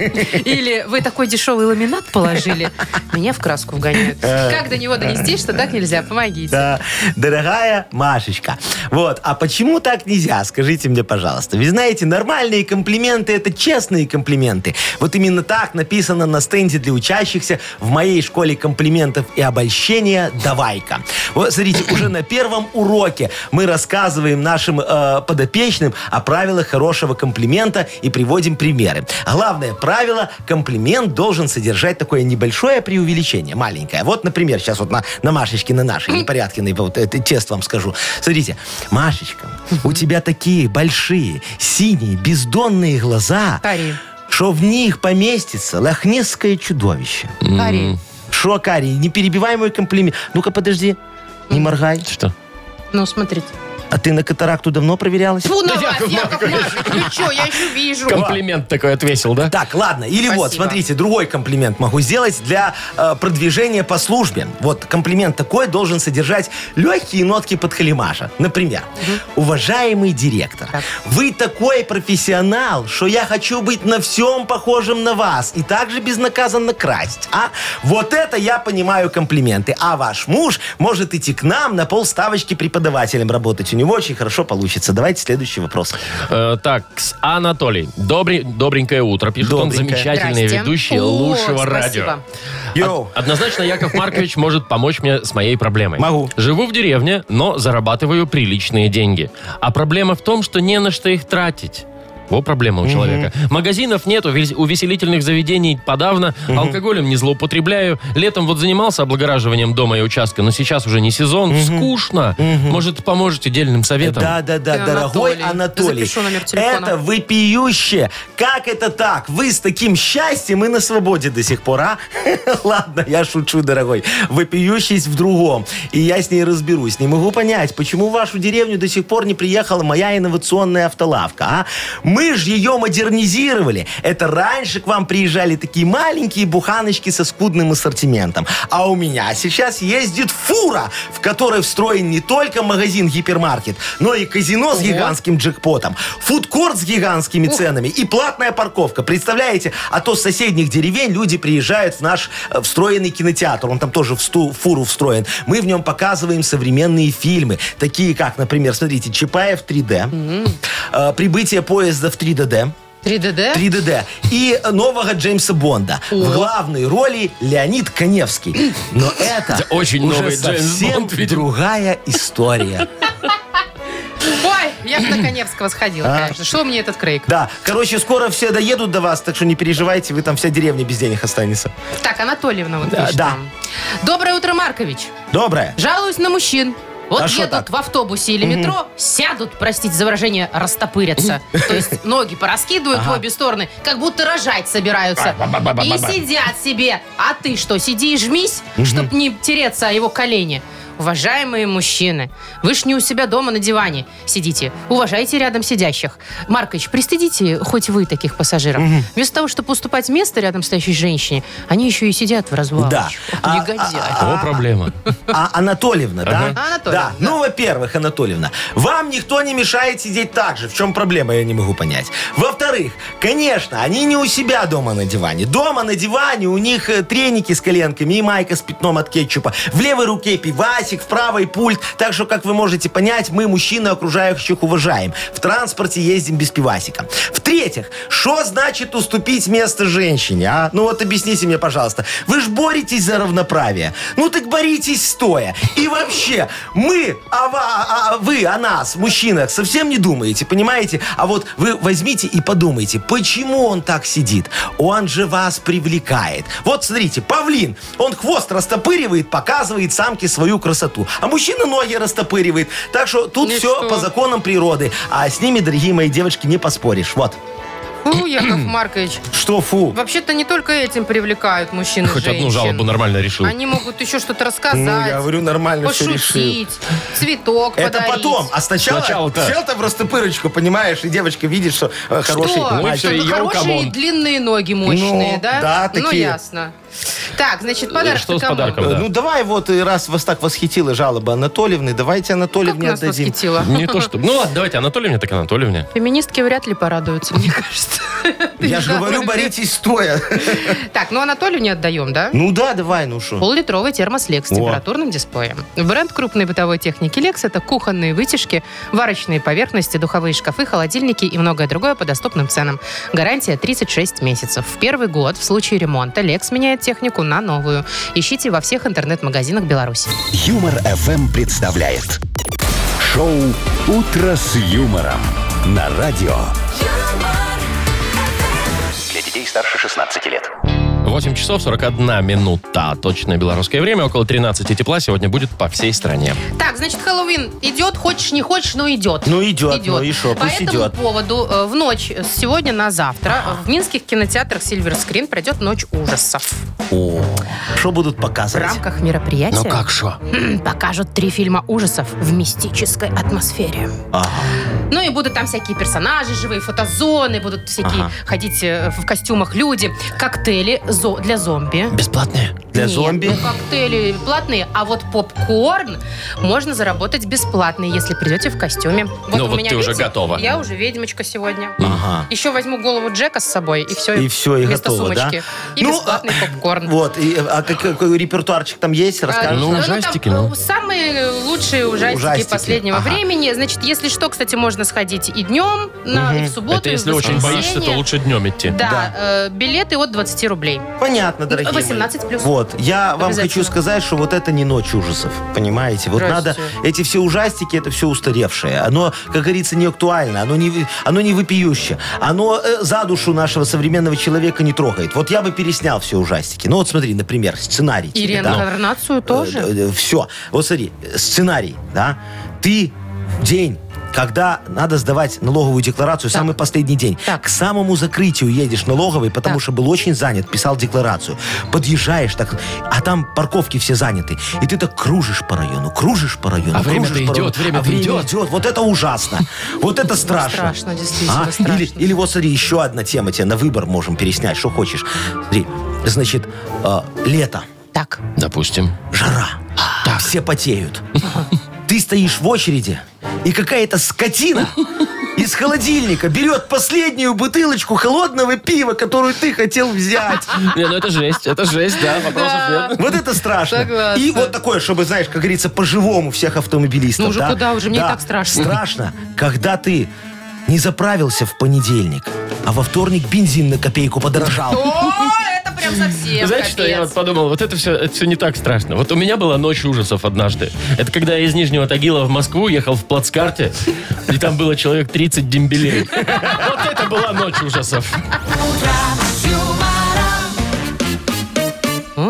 Или «вы такой дешевый ламинат положили». Меня в краску вгоняют. Как до него донести, что так нельзя? Помогите. Да, дорогая Машечка. Вот, а почему так нельзя? Скажите мне, пожалуйста. Вы знаете, нормальные комплименты — это честные комплименты. Вот именно так написано на стенде для учащихся в моей школе комплиментов и обольщения «Давай-ка». Вот, смотрите, уже на первом уроке мы рассказываем нашим э, подопечным о правилах хорошего комплимента и приводим примеры. Главное правило: комплимент должен содержать такое небольшое преувеличение, маленькое. Вот, например, сейчас вот на, на Машечке, на нашей, непорядкиной, вот это тест вам скажу. Смотрите, Машечка, у тебя такие большие, синие, бездонные глаза, Карие. что в них поместится лохнесское чудовище. Карие. Шо, Карий, не перебивай мой комплимент. Ну-ка, подожди, не моргай. Что? Ну, смотрите. А ты на катаракту давно проверялась? Фу на вас, Яков Яков Маркович. Маркович, вы что, я еще вижу. Комплимент такой отвесил, да? Так, ладно. Или вот, Спасибо. смотрите, другой комплимент могу сделать для э, продвижения по службе. Вот комплимент такой должен содержать легкие нотки подхалимажа. Например, уважаемый директор, Так. вы такой профессионал, что я хочу быть на всем похожим на вас и также безнаказанно красть. А вот это я понимаю комплименты. А ваш муж может идти к нам на полставочки преподавателем работать. У него очень хорошо получится. Давайте следующий вопрос. Э, так, с Анатолий. Добрый, добренькое утро. Пишет он: Добренькое. замечательный Здрасте. ведущий О, лучшего спасибо. радио. Йоу. Од- Однозначно Яков Маркович может помочь мне с моей проблемой. Могу. Живу в деревне, но зарабатываю приличные деньги. А проблема в том, что не на что их тратить. Во проблема у человека. Магазинов нет, увес- увеселительных заведений подавно, алкоголем не злоупотребляю. Летом вот занимался облагораживанием дома и участка, но сейчас уже не сезон, скучно. Может, поможете дельным советом? Да, да, да, Ты, дорогой Анатолий. Анатолий. Запишу номер телефона. Это вопиюще. Как это так? Вы с таким счастьем и на свободе до сих пор, а? Ладно, я шучу, дорогой. Вопиющесть в другом. И я с ней разберусь. Не могу понять, почему в вашу деревню до сих пор не приехала моя инновационная автолавка, а? Мы же ее модернизировали. Это раньше к вам приезжали такие маленькие буханочки со скудным ассортиментом. А у меня сейчас ездит фура, в которой встроен не только магазин-гипермаркет, но и казино с гигантским джекпотом, фудкорт с гигантскими ценами и платная парковка. Представляете? А то с соседних деревень люди приезжают в наш э, встроенный кинотеатр. Он там тоже в сту- фуру встроен. Мы в нем показываем современные фильмы. Такие как, например, смотрите, Чапаев три дэ, э, прибытие поезда в три дэ дэ. три дэ дэ? три дэ дэ. И нового Джеймса Бонда. В главной роли Леонид Каневский. Но это, Это очень уже новый Джеймс совсем Бонд, видимо. другая история. Ой, я бы на Коневского сходила, А? конечно. Что мне этот крейг? Да, короче, скоро все доедут до вас, так что не переживайте, вы там вся деревня без денег останется. Так, Анатольевна вот Да, пишет да. нам. Доброе утро, Маркович. Доброе. Жалуюсь на мужчин. Вот А шо едут так? в автобусе или метро, сядут, простите за выражение, растопырятся. То есть ноги пораскидывают в обе стороны, как будто рожать собираются. И сидят себе. А ты что, сиди и жмись, чтоб не тереться о его колени. Уважаемые мужчины, вы ж не у себя дома на диване сидите. Уважайте рядом сидящих. Маркович, пристыдите хоть вы таких пассажиров. Угу. Вместо того, чтобы уступать место рядом стоящей женщине, они еще и сидят в развалочку. Да. А, Негодяй. О, проблема. А, Анатольевна, да? Ага. Анатольевна, Да. да. Ну, во-первых, Анатольевна, вам никто не мешает сидеть так же. В чем проблема, я не могу понять. Во-вторых, конечно, они не у себя дома на диване. Дома на диване у них э, треники с коленками и майка с пятном от кетчупа. В левой руке пивасик, в правой пульт. Так что, как вы можете понять, мы, мужчины, окружающих уважаем. В транспорте ездим без пивасика. В-третьих, что значит уступить место женщине, а? Ну вот объясните мне, пожалуйста. Вы ж боретесь за равноправие. Ну так боритесь стоя. И вообще, мы, а, а, а вы о нас, мужчинах, совсем не думаете, понимаете? А вот вы возьмите и подумайте, почему он так сидит? Он же вас привлекает. Вот смотрите, павлин, он хвост растопыривает, показывает самке свою красоту. А мужчина ноги растопыривает. Так что тут И все что? по законам природы. А с ними, дорогие мои девочки, не поспоришь. Вот. Фу, Яков Маркович. Что фу? Вообще-то не только этим привлекают мужчин и Хоть женщин. одну жалобу нормально решил. Они могут еще что-то рассказать. Ну, я говорю, нормально все решил. пошутить, цветок Это подарить. потом, а сначала Сначала-то. сел-то в растопырочку, понимаешь, и девочка видит, что э, хороший Что? Ну и мальчик. всё, и Чтобы йоу, хорошие камон. длинные ноги мощные, Ну, да? да, Ну, такие. ясно. Так, значит, подарок Что с подарком? Э, Да. Ну давай вот, и раз вас так восхитила жалоба Анатольевны, давайте Как Анатольевне нас отдадим. восхитило. Не то что... Ну ладно, давайте Анатольевне, так Анатольевне. Феминистки вряд ли порадуются, мне кажется. Я же говорю, боритесь стоя. Так, ну Анатолию не отдаем, да? Ну да, давай, ну что. Полулитровый термос Lex с О. температурным дисплеем. Бренд крупной бытовой техники Lex — это кухонные вытяжки, варочные поверхности, духовые шкафы, холодильники и многое другое по доступным ценам. Гарантия тридцать шесть месяцев. В первый год в случае ремонта Lex меняет технику на новую. Ищите во всех интернет-магазинах Беларуси. Юмор эф эм представляет шоу «Утро с юмором» на радио. Для детей старше шестнадцати лет. восемь часов сорок одна минута. Точное белорусское время. Около тринадцати тепла сегодня будет по всей стране. Так, значит, Хэллоуин идет, хочешь не хочешь, но идет. Ну идет, ну и шо, По пусть этому идет. поводу э, в ночь с сегодня на завтра в минских кинотеатрах Silver Screen пройдет Ночь ужасов. О, что будут В показывать? рамках мероприятия Ну как шо? покажут три фильма ужасов в мистической атмосфере. Ага. Ну и будут там всякие персонажи, живые фотозоны, будут всякие Ага. ходить э, в костюмах люди, коктейли зо- для зомби. Бесплатные? Для Нет, зомби? ну, коктейли платные, а вот попкорн можно заработать бесплатно, если придете в костюме. Ну, у вот меня, ты уже видите, готова. Я уже ведьмочка сегодня. Ага. Еще возьму голову Джека с собой, и все. И все, и вместо готово, да? сумочки. И Ну, бесплатный а- попкорн. Вот, и, а как- какой репертуарчик там есть, расскажешь? Ну, там, ужастики, э, ну. Самые лучшие ужастики, Ужастики, последнего ага. времени. Значит, если что, кстати, можно сходить и днем, на, и в субботу, Это и в если очень воскресенье. боишься, то лучше днем идти. Да, э, билеты от двадцати рублей. Понятно, дорогие мои. восемнадцать плюс. Вот, я вам Обязательно. хочу сказать, что вот это не ночь ужасов, понимаете? Вот Здрасте. надо, эти все ужастики, это все устаревшее. Оно, как говорится, не актуально, оно не, вы- оно не вопиюще. Оно э, за душу нашего современного человека не трогает. Вот я бы переснял все ужастики. Ну вот смотри, например, сценарий. И тебе, да? реинкарнацию тоже. Все. Вот смотри, сценарий, да? Ты в день, когда надо сдавать налоговую декларацию, самый последний день. Так. К самому закрытию едешь налоговый, потому Так. что был очень занят, писал декларацию. Подъезжаешь так, а там парковки все заняты. И ты так кружишь по району, кружишь по району, А время-то кружишь по идет, району. время-то а время идет. идет. Вот это ужасно. Вот это страшно. Страшно, действительно А? страшно. Или, или вот смотри, еще одна тема тебе на выбор можем переснять, что хочешь. Смотри, значит, э, лето. Так. Допустим. Жара. Все потеют. Ты стоишь в очереди, и какая-то скотина из холодильника берет последнюю бутылочку холодного пива, которую ты хотел взять. Не, ну это жесть, это жесть, да, вопросов нет. Вот это страшно. Согласна. И вот такое, чтобы, знаешь, как говорится, по-живому всех автомобилистов. Ну уже да? куда, уже мне и Да. так страшно. Страшно, когда ты не заправился в понедельник, а во вторник бензин на копейку подорожал. О, это прям совсем Знаете, что я вот подумал? Вот это все, это все не так страшно. Вот у меня была ночь ужасов однажды. Это когда я из Нижнего Тагила в Москву ехал в плацкарте, и там было человек тридцать дембелей. Вот это была ночь ужасов. Ой,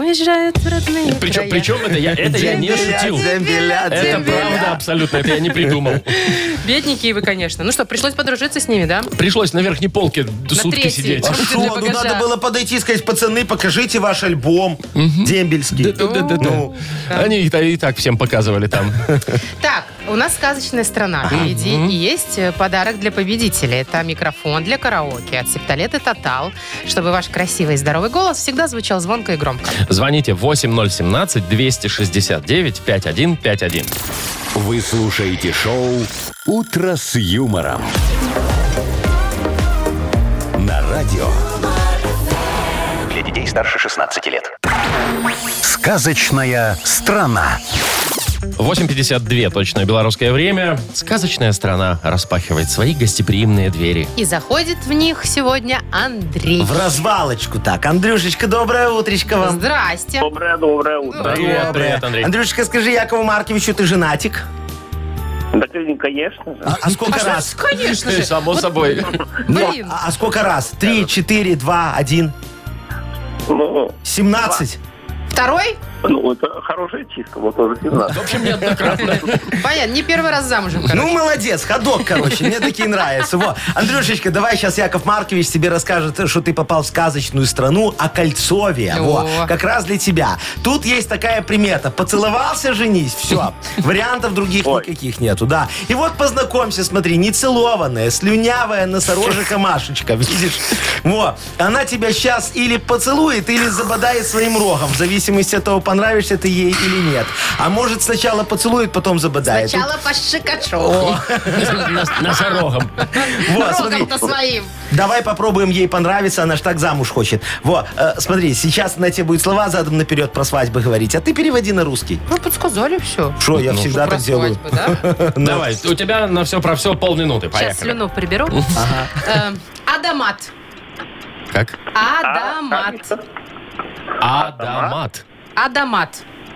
уезжают в родные Причем, края. причем это я, это я не Дембеля, шутил. дембеля, Это дембеля. правда абсолютно, это я не придумал. Бедненькие вы, конечно. Ну что, пришлось подружиться с ними, да? Пришлось на верхней полке сутки третьей. сидеть. А Для шо, ну багажа. надо было подойти и сказать, пацаны, покажите ваш альбом дембельский. Да-да-да-да. Ну, Они и та- и так всем показывали там. Так, у нас сказочная страна впереди. И есть э, подарок для победителей. Это микрофон для караоке от Септолет и Тотал, чтобы ваш красивый и здоровый голос всегда звучал звонко и громко. Звоните восемь ноль семнадцать двести шестьдесят девять пятьдесят один пятьдесят один. Вы слушаете шоу «Утро с юмором». На радио. Для детей старше шестнадцати лет. Сказочная страна. восемь пятьдесят два точное белорусское время. Сказочная страна распахивает свои гостеприимные двери. И заходит в них сегодня Андрей. в развалочку так. Андрюшечка, доброе утречко вам. Здрасте. Доброе-доброе утро. Привет, Доброе. привет, Андрей. Андрюшечка, скажи Якову Марковичу, ты женатик? Да, конечно же. А, а сколько А что, раз? конечно же. Само собой. Ну, Блин. а, а сколько раз? Три, четыре, два, один, Ну, семнадцать. Второй? ну, это хорошая чистка, вот тоже семнадцать. В общем, неоднократно. Понятно, не первый раз замужем, короче. Ну, молодец, ходок, короче, мне такие нравятся. Во. Андрюшечка, давай сейчас Яков Маркович тебе расскажет, что ты попал в сказочную страну Окольцовье. Во. О. Как раз для тебя. Тут есть такая примета. Поцеловался, женись, все. Вариантов других Ой. никаких нету, да. И вот познакомься, смотри, нецелованная, слюнявая носорожика Машечка, видишь? Во. Она тебя сейчас или поцелует, или забодает своим рогом, в зависимости от того, понравишься ты ей или нет. А может, сначала поцелует, потом забодает. Сначала по щекочу. Нос- Носорогом. Вот, смотри. Рогом-то своим. Давай попробуем ей понравиться, она ж так замуж хочет. Во, э, смотри, сейчас на тебе будет слова задом наперед про свадьбы говорить, а ты переводи на русский. Ну, подсказали все. Что, я всегда Про так делаю. свадьбы, да? Давай, у тебя на все про все полминуты. Сейчас Поехали. слюну приберу. Э, Адамат. Как? Адамат. Адамат. Адамат.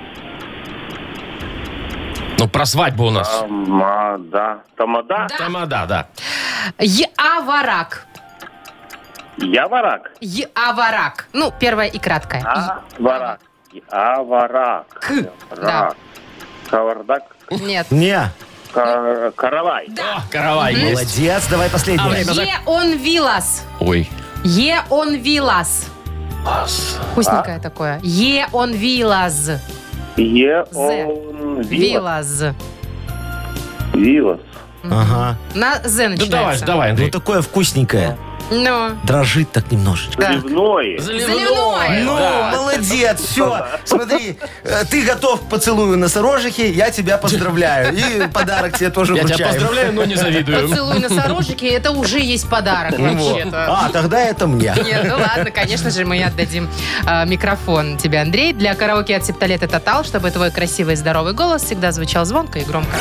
Ну, про свадьбу у нас. Тамада. Тамада? Тамада, да. Яварак. Яварак. Яварак. Ну, первая и краткая. А, варак. Аварак. К. Да. Кавардак. Нет. Не, Ка- Каравай. О, каравай есть. молодец, давай А последнее. время за- Е он вилас. Ой. Е он вилас. Вкусненькое такое. Е он вилас. Е он Вилас. Вилас. Вилас. Ага. На З Ну, давай, начинается. давай, Ну, Андрей. такое вкусненькое. Ну. Дрожит так немножечко. Да. Заливное. Заливное. Ну, да. молодец, все. Смотри, э, ты готов к поцелую носорожихи, я тебя поздравляю. И подарок тебе тоже Я тебя вручаю. поздравляю, но не завидую. Поцелуй носорожики, это уже есть подарок вообще-то. А, тогда это мне. Нет, ну ладно, конечно же, мы отдадим э, микрофон тебе, Андрей, для караоке от Септолет и Тотал, чтобы твой красивый и здоровый голос всегда звучал звонко и громко.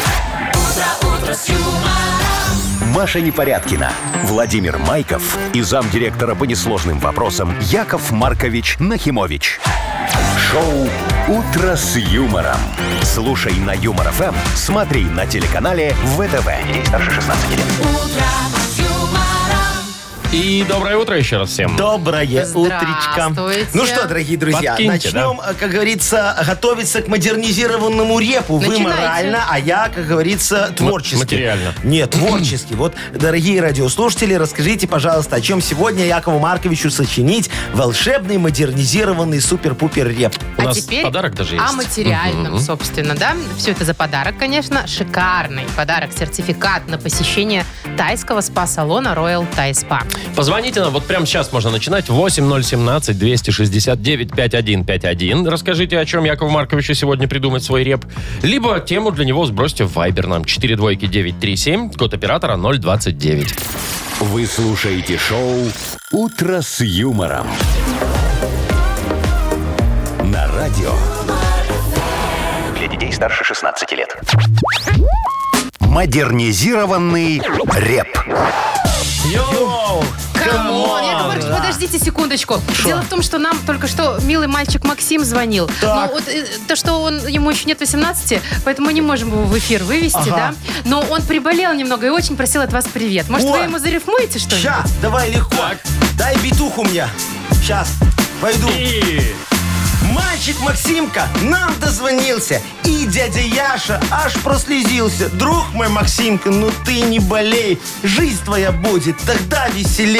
Маша Непорядкина, Владимир Майков и замдиректора по несложным вопросам Яков Маркович Нахимович. Шоу «Утро с юмором». Слушай на Юмор ФМ, смотри на телеканале ВТВ. Ей старше шестнадцати лет. И доброе утро еще раз всем. Доброе утречко. Здравствуйте. Ну что, дорогие друзья, Подкиньте, начнем, как говорится, готовиться к модернизированному репу. Вы Начинайте. морально, а я, как говорится, творчески. материально. Нет, творчески. Вот, дорогие радиослушатели, расскажите, пожалуйста, о чем сегодня Якову Марковичу сочинить волшебный модернизированный супер-пупер реп. У А нас теперь подарок даже есть. о материальном, Мгм. собственно, да. Все это за подарок, конечно. Шикарный подарок. Сертификат на посещение тайского спа-салона Royal Thai Spa. Позвоните нам, вот прямо сейчас можно начинать. восемь ноль семнадцать двести шестьдесят девять пятьдесят один пятьдесят один. Расскажите, о чем Якову Марковичу сегодня придумать свой реп. Либо тему для него сбросьте в Viber нам. четыре двойки девять три семь, код оператора ноль двадцать девять. Вы слушаете шоу «Утро с юмором». На радио. Для детей старше шестнадцати лет. Модернизированный реп. Йоу! Камон, Яков Маркович, подождите секундочку. Дело в том, что нам только что милый мальчик Максим звонил. Так. Но вот э, то, что он, ему еще нет восемнадцати, поэтому мы не можем его в эфир вывести, Ага. да? Но он приболел немного и очень просил от вас привет. Может, О! вы ему зарифмуете что-нибудь? Сейчас, давай легко. Дай битуху мне. Сейчас, пойду. И... Мальчик Максимка нам дозвонился, и дядя Яша аж прослезился. Друг мой Максимка, ну ты не болей, жизнь твоя будет тогда веселей.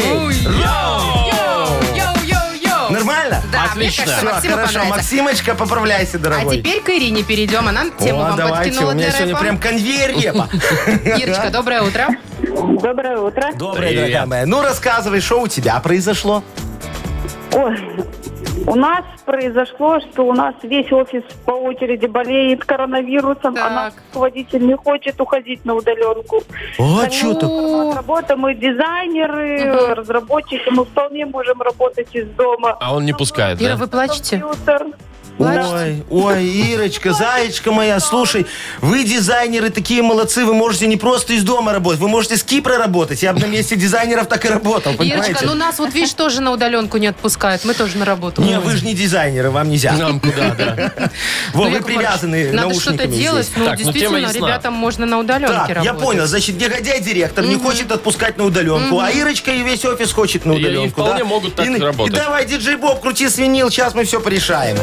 Йоу-йоу-йоу! Нормально? Да, Отлично. мне кажется, Все, Максиму хорошо, понравится. Максимочка, поправляйся, А дорогой. теперь к Ирине перейдем. Она тему О, вам давайте, подкинула у меня для сегодня рэпа. прям конвейер репа. Ирочка, доброе утро. Доброе утро. Доброе, Привет. дорогая моя. Ну, рассказывай, что у тебя произошло? Ой, у нас произошло, что у нас весь офис по очереди болеет коронавирусом, Так. а наш руководитель не хочет уходить на удаленку. О, Так, что так? у нас работа, мы дизайнеры, разработчики, мы вполне можем работать из дома. А он не пускает, Ира, да? вы плачете? Компьютер. Ой, ой, Ирочка, зайчка моя, слушай, вы дизайнеры такие молодцы, вы можете не просто из дома работать, вы можете с Кипра работать. Я бы на месте дизайнеров так и работал, понимаете? Ирочка, ну нас вот, видишь, тоже на удаленку не отпускают. Мы тоже на работу. Не, вы же не дизайнеры, вам нельзя. Нам куда, да. Во, Ну, вы Яков привязаны Маркович, надо наушниками что-то делать. здесь. Ну, Так, ну, тема действительно, ясна. ребятам можно на удаленке Так, работать. я понял, значит, негодяй-директор не хочет отпускать на удаленку, а Ирочка и весь офис хочет на И- и удаленку. вполне да? могут так и, работать. И давай, диджей Боб, крути свинил, сейчас мы все порешаем.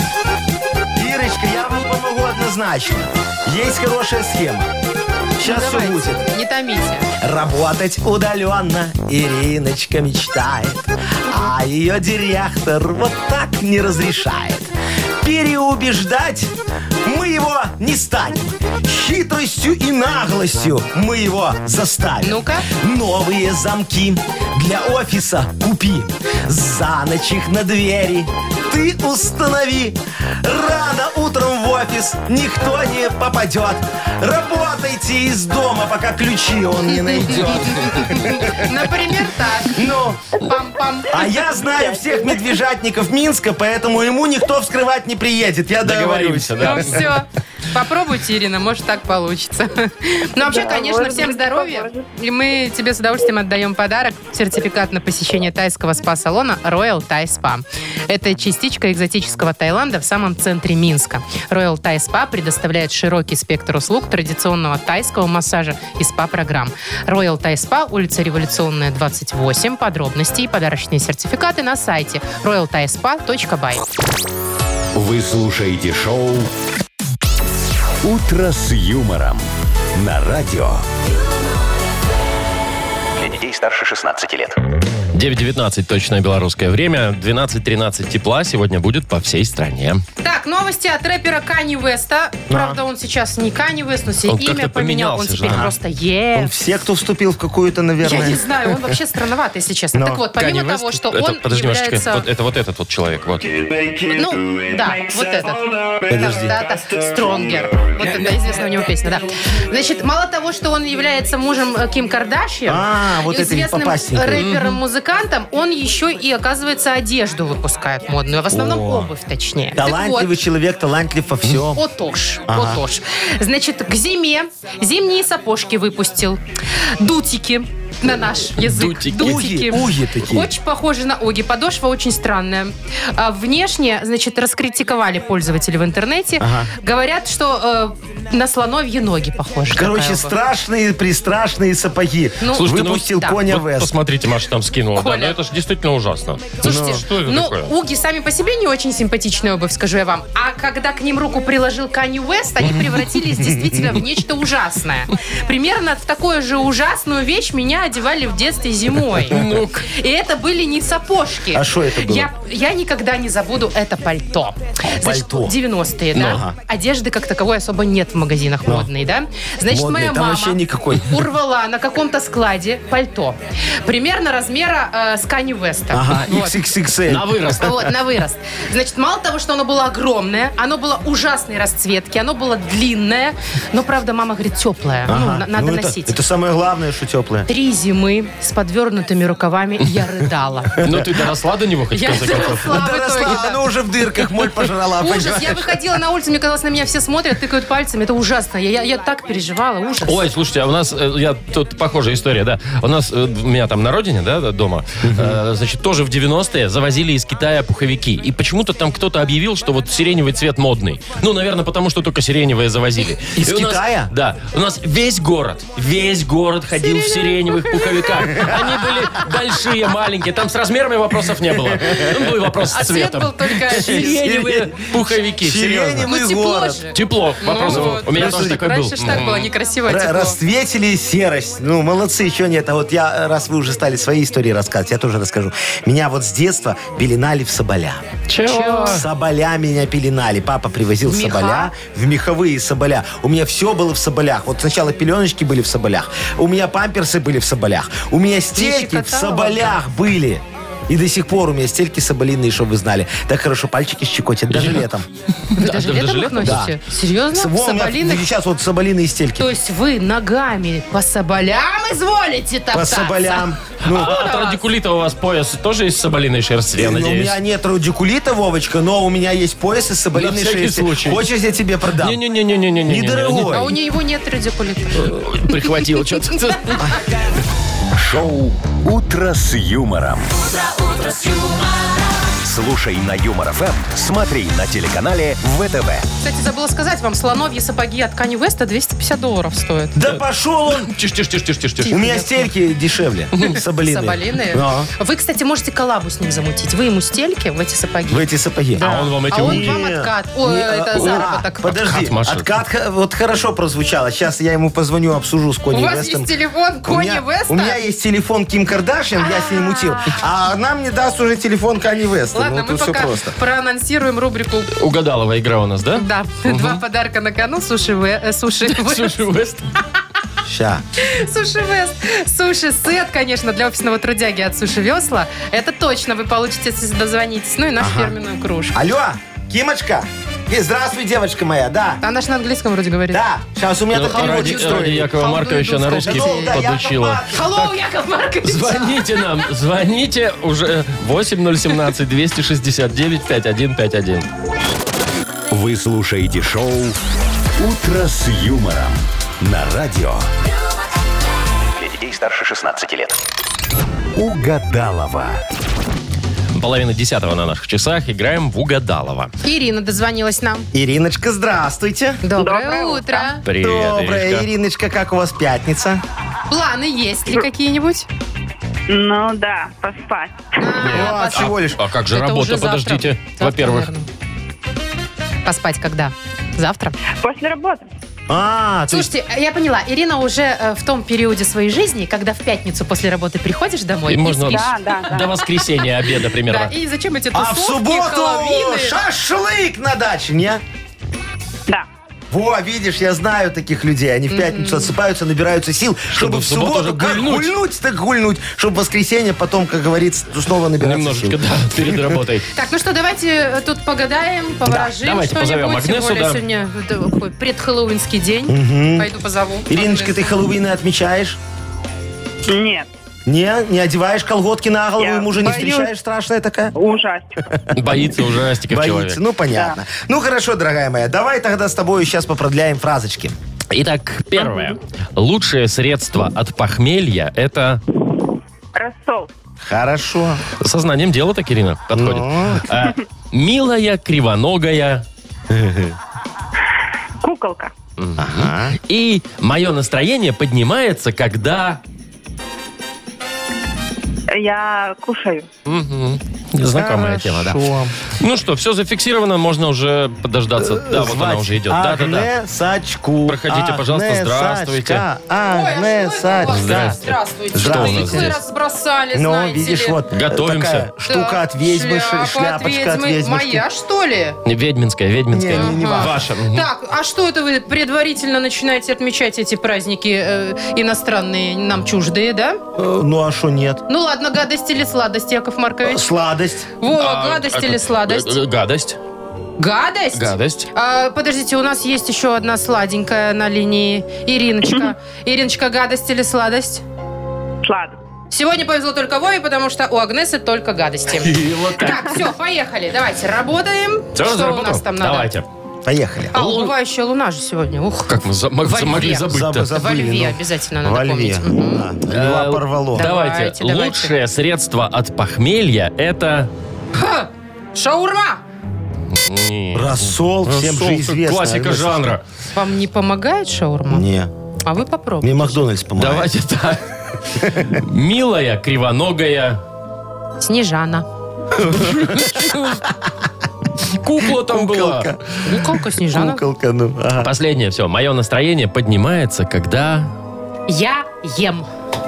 Ирочка, я вам помогу однозначно. Есть хорошая схема. Сейчас все Давайте, будет. не томите. Работать удаленно Ириночка мечтает, а ее директор вот так не разрешает. Переубеждать мы его не станем. Хитростью и наглостью мы его заставим. Ну-ка. Новые замки для офиса купи. За ночь их на двери ты установи. Рано утром в офис никто не попадет. Работайте из дома, пока ключи он не найдет. Например, так. Ну, Пам-пам. а я знаю всех медвежатников Минска, поэтому ему никто вскрывать не приедет. Я договорюсь. Договоримся, да. Ну все. Попробуйте, Ирина, может так получится. Ну вообще, Да, конечно, может всем быть, здоровья. поможет. И мы тебе с удовольствием отдаем подарок. Сертификат на посещение тайского спа-салона Royal Thai Spa. Это частичка экзотического Таиланда в самом центре Минска. Royal Thai Spa предоставляет широкий спектр услуг традиционного тайского массажа и спа-программ. Royal Thai Spa, улица Революционная, двадцать восемь. Подробности и подарочные сертификаты на сайте роял тай спа точка бай. Вы слушаете шоу «Утро с юмором» на радио. Для детей старше шестнадцати лет. девять девятнадцать точное белорусское время. двенадцать тринадцать тепла сегодня будет по всей стране. Так, новости от рэпера Канни Уэста. Правда, он сейчас не Канни Уэст, но себе Он имя как-то поменял. Он поменялся теперь же, а? просто Е. Он все, кто вступил в какую-то, Я наверное. не знаю, он вообще странноватый, если честно. Но. Так вот, помимо Канье того, Уэст? что Это- он Подожди, Машечка, является... вот это вот этот вот человек, вот. Ну, да, вот этот. Подожди. Да, Стронгер. Вот это известная у него песня, да. Значит, мало того, что он является мужем э, Ким Кардашьян, А, вот этой известным попасненькой. рэпером-музыкантом, он еще и, оказывается, одежду выпускает модную. В основном О. обувь, точнее. Так Талантливый вот, человек, талантлив во всем. Отож, Ага. отож. Значит, к зиме зимние сапожки выпустил. Дутики на наш язык. Дутики. Дутики. Уги, уги такие. Очень похожи на уги. Подошва очень странная. А внешне, значит, раскритиковали пользователи в интернете. Ага. Говорят, что э, на слоновьи ноги похожи. Короче, такая обувь. страшные, пристрашные сапоги. Ну, Слушайте, ну, Выпустил да. Коня Вот Вест. посмотрите, Маша там скинула. Да, Коля. ну это же действительно ужасно. Слушайте, Ну, что это ну, такое? уги сами по себе не очень симпатичная обувь, скажу я вам. А когда к ним руку приложил Канье Уэст, они превратились действительно в нечто ужасное. Примерно в такую же ужасную вещь меня одевали в детстве зимой. И это были не сапожки. А что это было? Я, я никогда не забуду это пальто. Значит, Пальто. девяностые, да? Ну, ага. Одежды как таковой особо нет в магазинах модной, да? Значит, Модной, моя там мама вообще никакой. урвала на каком-то складе пальто. Примерно размера э, с Канье Уэста. Ага, Вот. икс икс икс эль. На вырост. Вот, на вырост. Значит, мало того, что оно было огромное, оно было ужасной расцветки, оно было длинное, но, правда, мама говорит, теплое. Ну, Ага. на- надо Ну, это- носить. Это самое главное, что теплое. Три зимы с подвернутыми рукавами я рыдала. Ну ты доросла до него хоть в Я конце концов? доросла в Доросла, итоге, да. она уже в дырках моль пожрала. Ужас, я понимаешь? выходила на улицу, мне казалось, на меня все смотрят, тыкают пальцами. Это ужасно. Я, я, я так переживала, ужас. Ой, слушайте, а у нас, э, я тут похожая история, да. У нас, э, у меня там на родине, да, дома, э, значит, тоже в девяностые завозили из Китая пуховики. И почему-то там кто-то объявил, что вот сиреневый цвет модный. Ну, наверное, потому что только сиреневые завозили. Из И у нас- Китая? Да. У нас весь город, весь город ходил в сиреневых пуховиках. Они были большие, маленькие. Там с размерами вопросов не было. Ну, был вопрос А с цвет цветом. был только один. Сиреневые пуховики, серьезно. Сиреневый Ну, тепло город. же. Тепло, вопросов. Ну, У меня вот. тоже такой был. Раньше ж так было, некрасивое Ра- тепло. Расцветили серость. Ну, молодцы, еще нет. А вот я, раз вы уже стали свои истории рассказывать, я тоже расскажу. Меня вот с детства пеленали в соболя. Чего? Соболя меня пеленали. Папа привозил В меха? соболя, в меховые соболя. У меня все было в соболях. Вот сначала пеленочки были в соболях, у меня памперсы были в соболях, у меня стельки в щекотала, соболях были. И до сих пор у меня стельки соболиные, чтобы вы знали. Так хорошо пальчики щекотят, даже летом. Вы Да, даже да, летом даже их летом? носите? Серьезно? Во, у меня Соболиных? сейчас вот соболиные стельки. То есть вы ногами по соболям изволите По топтаться? соболям. Ну, А от радикулита у вас пояс тоже из соболиной шерсти, я ну, у надеюсь? меня нет радикулита, Вовочка, но у меня есть пояс из соболиной На всякий шерсти. случай. Хочешь, я тебе продам? Не-не-не-не-не-не. Недорогой. А у него нет радикулита. Прихватил что-то. Шоу «Утро с юмором». Слушай на Юмор ФМ, смотри на телеканале ВТВ. Кстати, забыла сказать вам, слоновьи сапоги от Kanye West двести пятьдесят долларов стоят. Да пошел он! Тише, тише, тише, тише, тише. У меня стельки дешевле. Соболиные. Соболиные? Да. Вы, кстати, можете коллабу с ним замутить. Вы ему стельки в эти сапоги. В эти сапоги. А он вам эти А он руки? вам откат. Ой, Не, это а, заработок. а, Подожди, Откат машет. откат х- вот хорошо прозвучало. Сейчас я ему позвоню, обсужу с У Коней вас Вестом. есть телефон У Кони меня, Веста? у меня есть телефон Ким Кардашьян, я с ней мутил. А она мне даст уже телефон Кани Веста. Ладно, Ну, мы тут все пока просто. проанонсируем рубрику. Угадалова игра у нас, да? Да, два подарка на кону. Суши Ве- э, Суши Вест. Суши Вест. Ща. Суши Вест. Суши-сет, конечно, для офисного трудяги от Суши Весла. Это точно вы получите, если дозвонитесь. Ну и нашу фирменную кружку. Алло, Кимочка. И здравствуй, девочка моя, да. Она же на английском вроде говорит. Да, сейчас у меня Ну, тут ради, переводчик ради строит. Якова Халду Марковича на иду русский сказать. Ну, да, Яков подучила. Маркович. Hello, Яков Маркович. Звоните нам, звоните уже восемь ноль один семь двести шестьдесят девять пятьдесят один пятьдесят один. Вы слушаете шоу «Утро с юмором» на радио. Для детей старше шестнадцати лет. Угадалова. Половина десятого на наших часах. Играем в Угадалова. Ирина дозвонилась нам. Ириночка, здравствуйте. Доброе, Доброе утро. Привет, Доброе, Иришка. Ириночка, как у вас пятница? Планы есть ли какие-нибудь? Ну да, поспать. А, пос- всего лишь. А как же Это работа, уже завтра. подождите. Завтра, Во-первых, наверное. Поспать когда? Завтра? После работы. А, то есть Слушайте, я поняла, Ирина уже э, в том периоде своей жизни, когда в пятницу после работы приходишь домой и и, можно спишь. Да, да, да. до воскресенья обеда Да, примерно. и зачем эти а в тусовки, субботу Хэллоуины? шашлык на даче, не? Да. Во, видишь, я знаю таких людей. Они в пятницу отсыпаются, набираются сил, чтобы, в субботу уже как гульнуть. гульнуть, так гульнуть, чтобы в воскресенье потом, как говорится, снова набираться Немножечко, сил. да, перед работой. Так, ну что, давайте э, тут погадаем, поворожим давайте позовем что-нибудь. Тем Агнесу, более да. сегодня э, такой предхэллоуинский день. Пойду позову. Ириночка, ты Агнесу. Хэллоуины отмечаешь? Нет. Не? Не одеваешь колготки на голову Я и мужа не боюсь. встречаешь? Страшная такая? Ужастик. Боится ужастиков человек. Боится. Ну, понятно. Ну, хорошо, дорогая моя. Давай тогда с тобой сейчас попродляем фразочки. Итак, первое. Лучшее средство от похмелья – это... Рассол. Хорошо. Сознанием дела так, Ирина, подходит. Ну. А, милая, кривоногая. Куколка. Ага. И мое настроение поднимается, когда... Я кушаю. Мгм. Знакомая тема, да. Хорошо. Ну что, все зафиксировано, можно уже подождаться. Да, вот она Звать уже идет. Да, да, да. Агнесочку. Проходите, пожалуйста, здравствуйте. Ой, а что это у Агнесочка. вас? Здрасте. Здравствуйте. Что у нас Вы здесь? разбросали, Ну, знаете видишь, ли. вот Готовимся. такая штука Так, от ведьмы, ш- шляпа шляпочка от ведьмы. Моя, что ли? Ведьминская, ведьминская. Не, не, не Ага. Ваша. Мгм. Так, а что это вы предварительно начинаете отмечать эти праздники э, иностранные, нам чуждые, да? Э, Ну, а что нет? Ну ладно, гадость или сладость, Яков Маркович? Сладость. Во, А, гадость а, или э, сладость? э, Гадость. Гадость? Гадость. А, подождите, у нас есть еще одна сладенькая на линии. Ириночка. Ириночка, гадость или сладость? Сладость. Сегодня повезло только Вове, потому что у Агнесы только гадости. И вот так. Так, все, поехали. Давайте, работаем. Всё, Что у заработал? нас там надо? Давайте. Поехали. А, убывающая луна же сегодня. Ух. Как мы за- мог- Во могли льве. забыть-то? Заб- Во льве ну. обязательно Во надо льве. помнить. Мгм. Да. Льва Э, порвало. Да. Давайте. Давайте, давайте. Лучшее средство от похмелья – это... Ха! Шаурма! Не. Рассол, всем же Рассол, известно. Классика Агнесочка. жанра. Вам не помогает шаурма? Не. А вы попробуйте. Мне Макдональдс помогает. Давайте так. Милая, кривоногая. Снежана. Кукла там была. Куколка. Куколка Снежана. Куколка, ну. Ага. Последнее все. Мое настроение поднимается, когда... Я ем.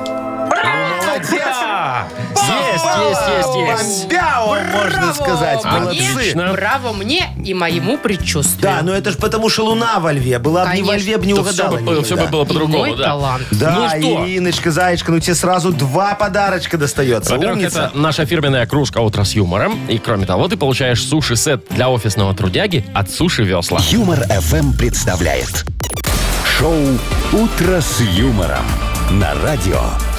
Есть, есть, есть, есть. Бомбяо, можно сказать. Браво Молодцы. мне, Отлично. браво мне и моему предчувствию. Да, ну это же потому, что луна во льве. Была бы не во льве, бы не То все угадала. бы, все бы никогда. было по-другому, Мой да. талант. Да, Ну что? Ириночка, Зайчка, ну тебе сразу два подарочка достается. Во-первых, Умница. это наша фирменная кружка «Утро с юмором». И, кроме того, ты получаешь суши-сет для офисного трудяги от Суши Весла. Юмор эф эм представляет шоу «Утро с юмором» на радио.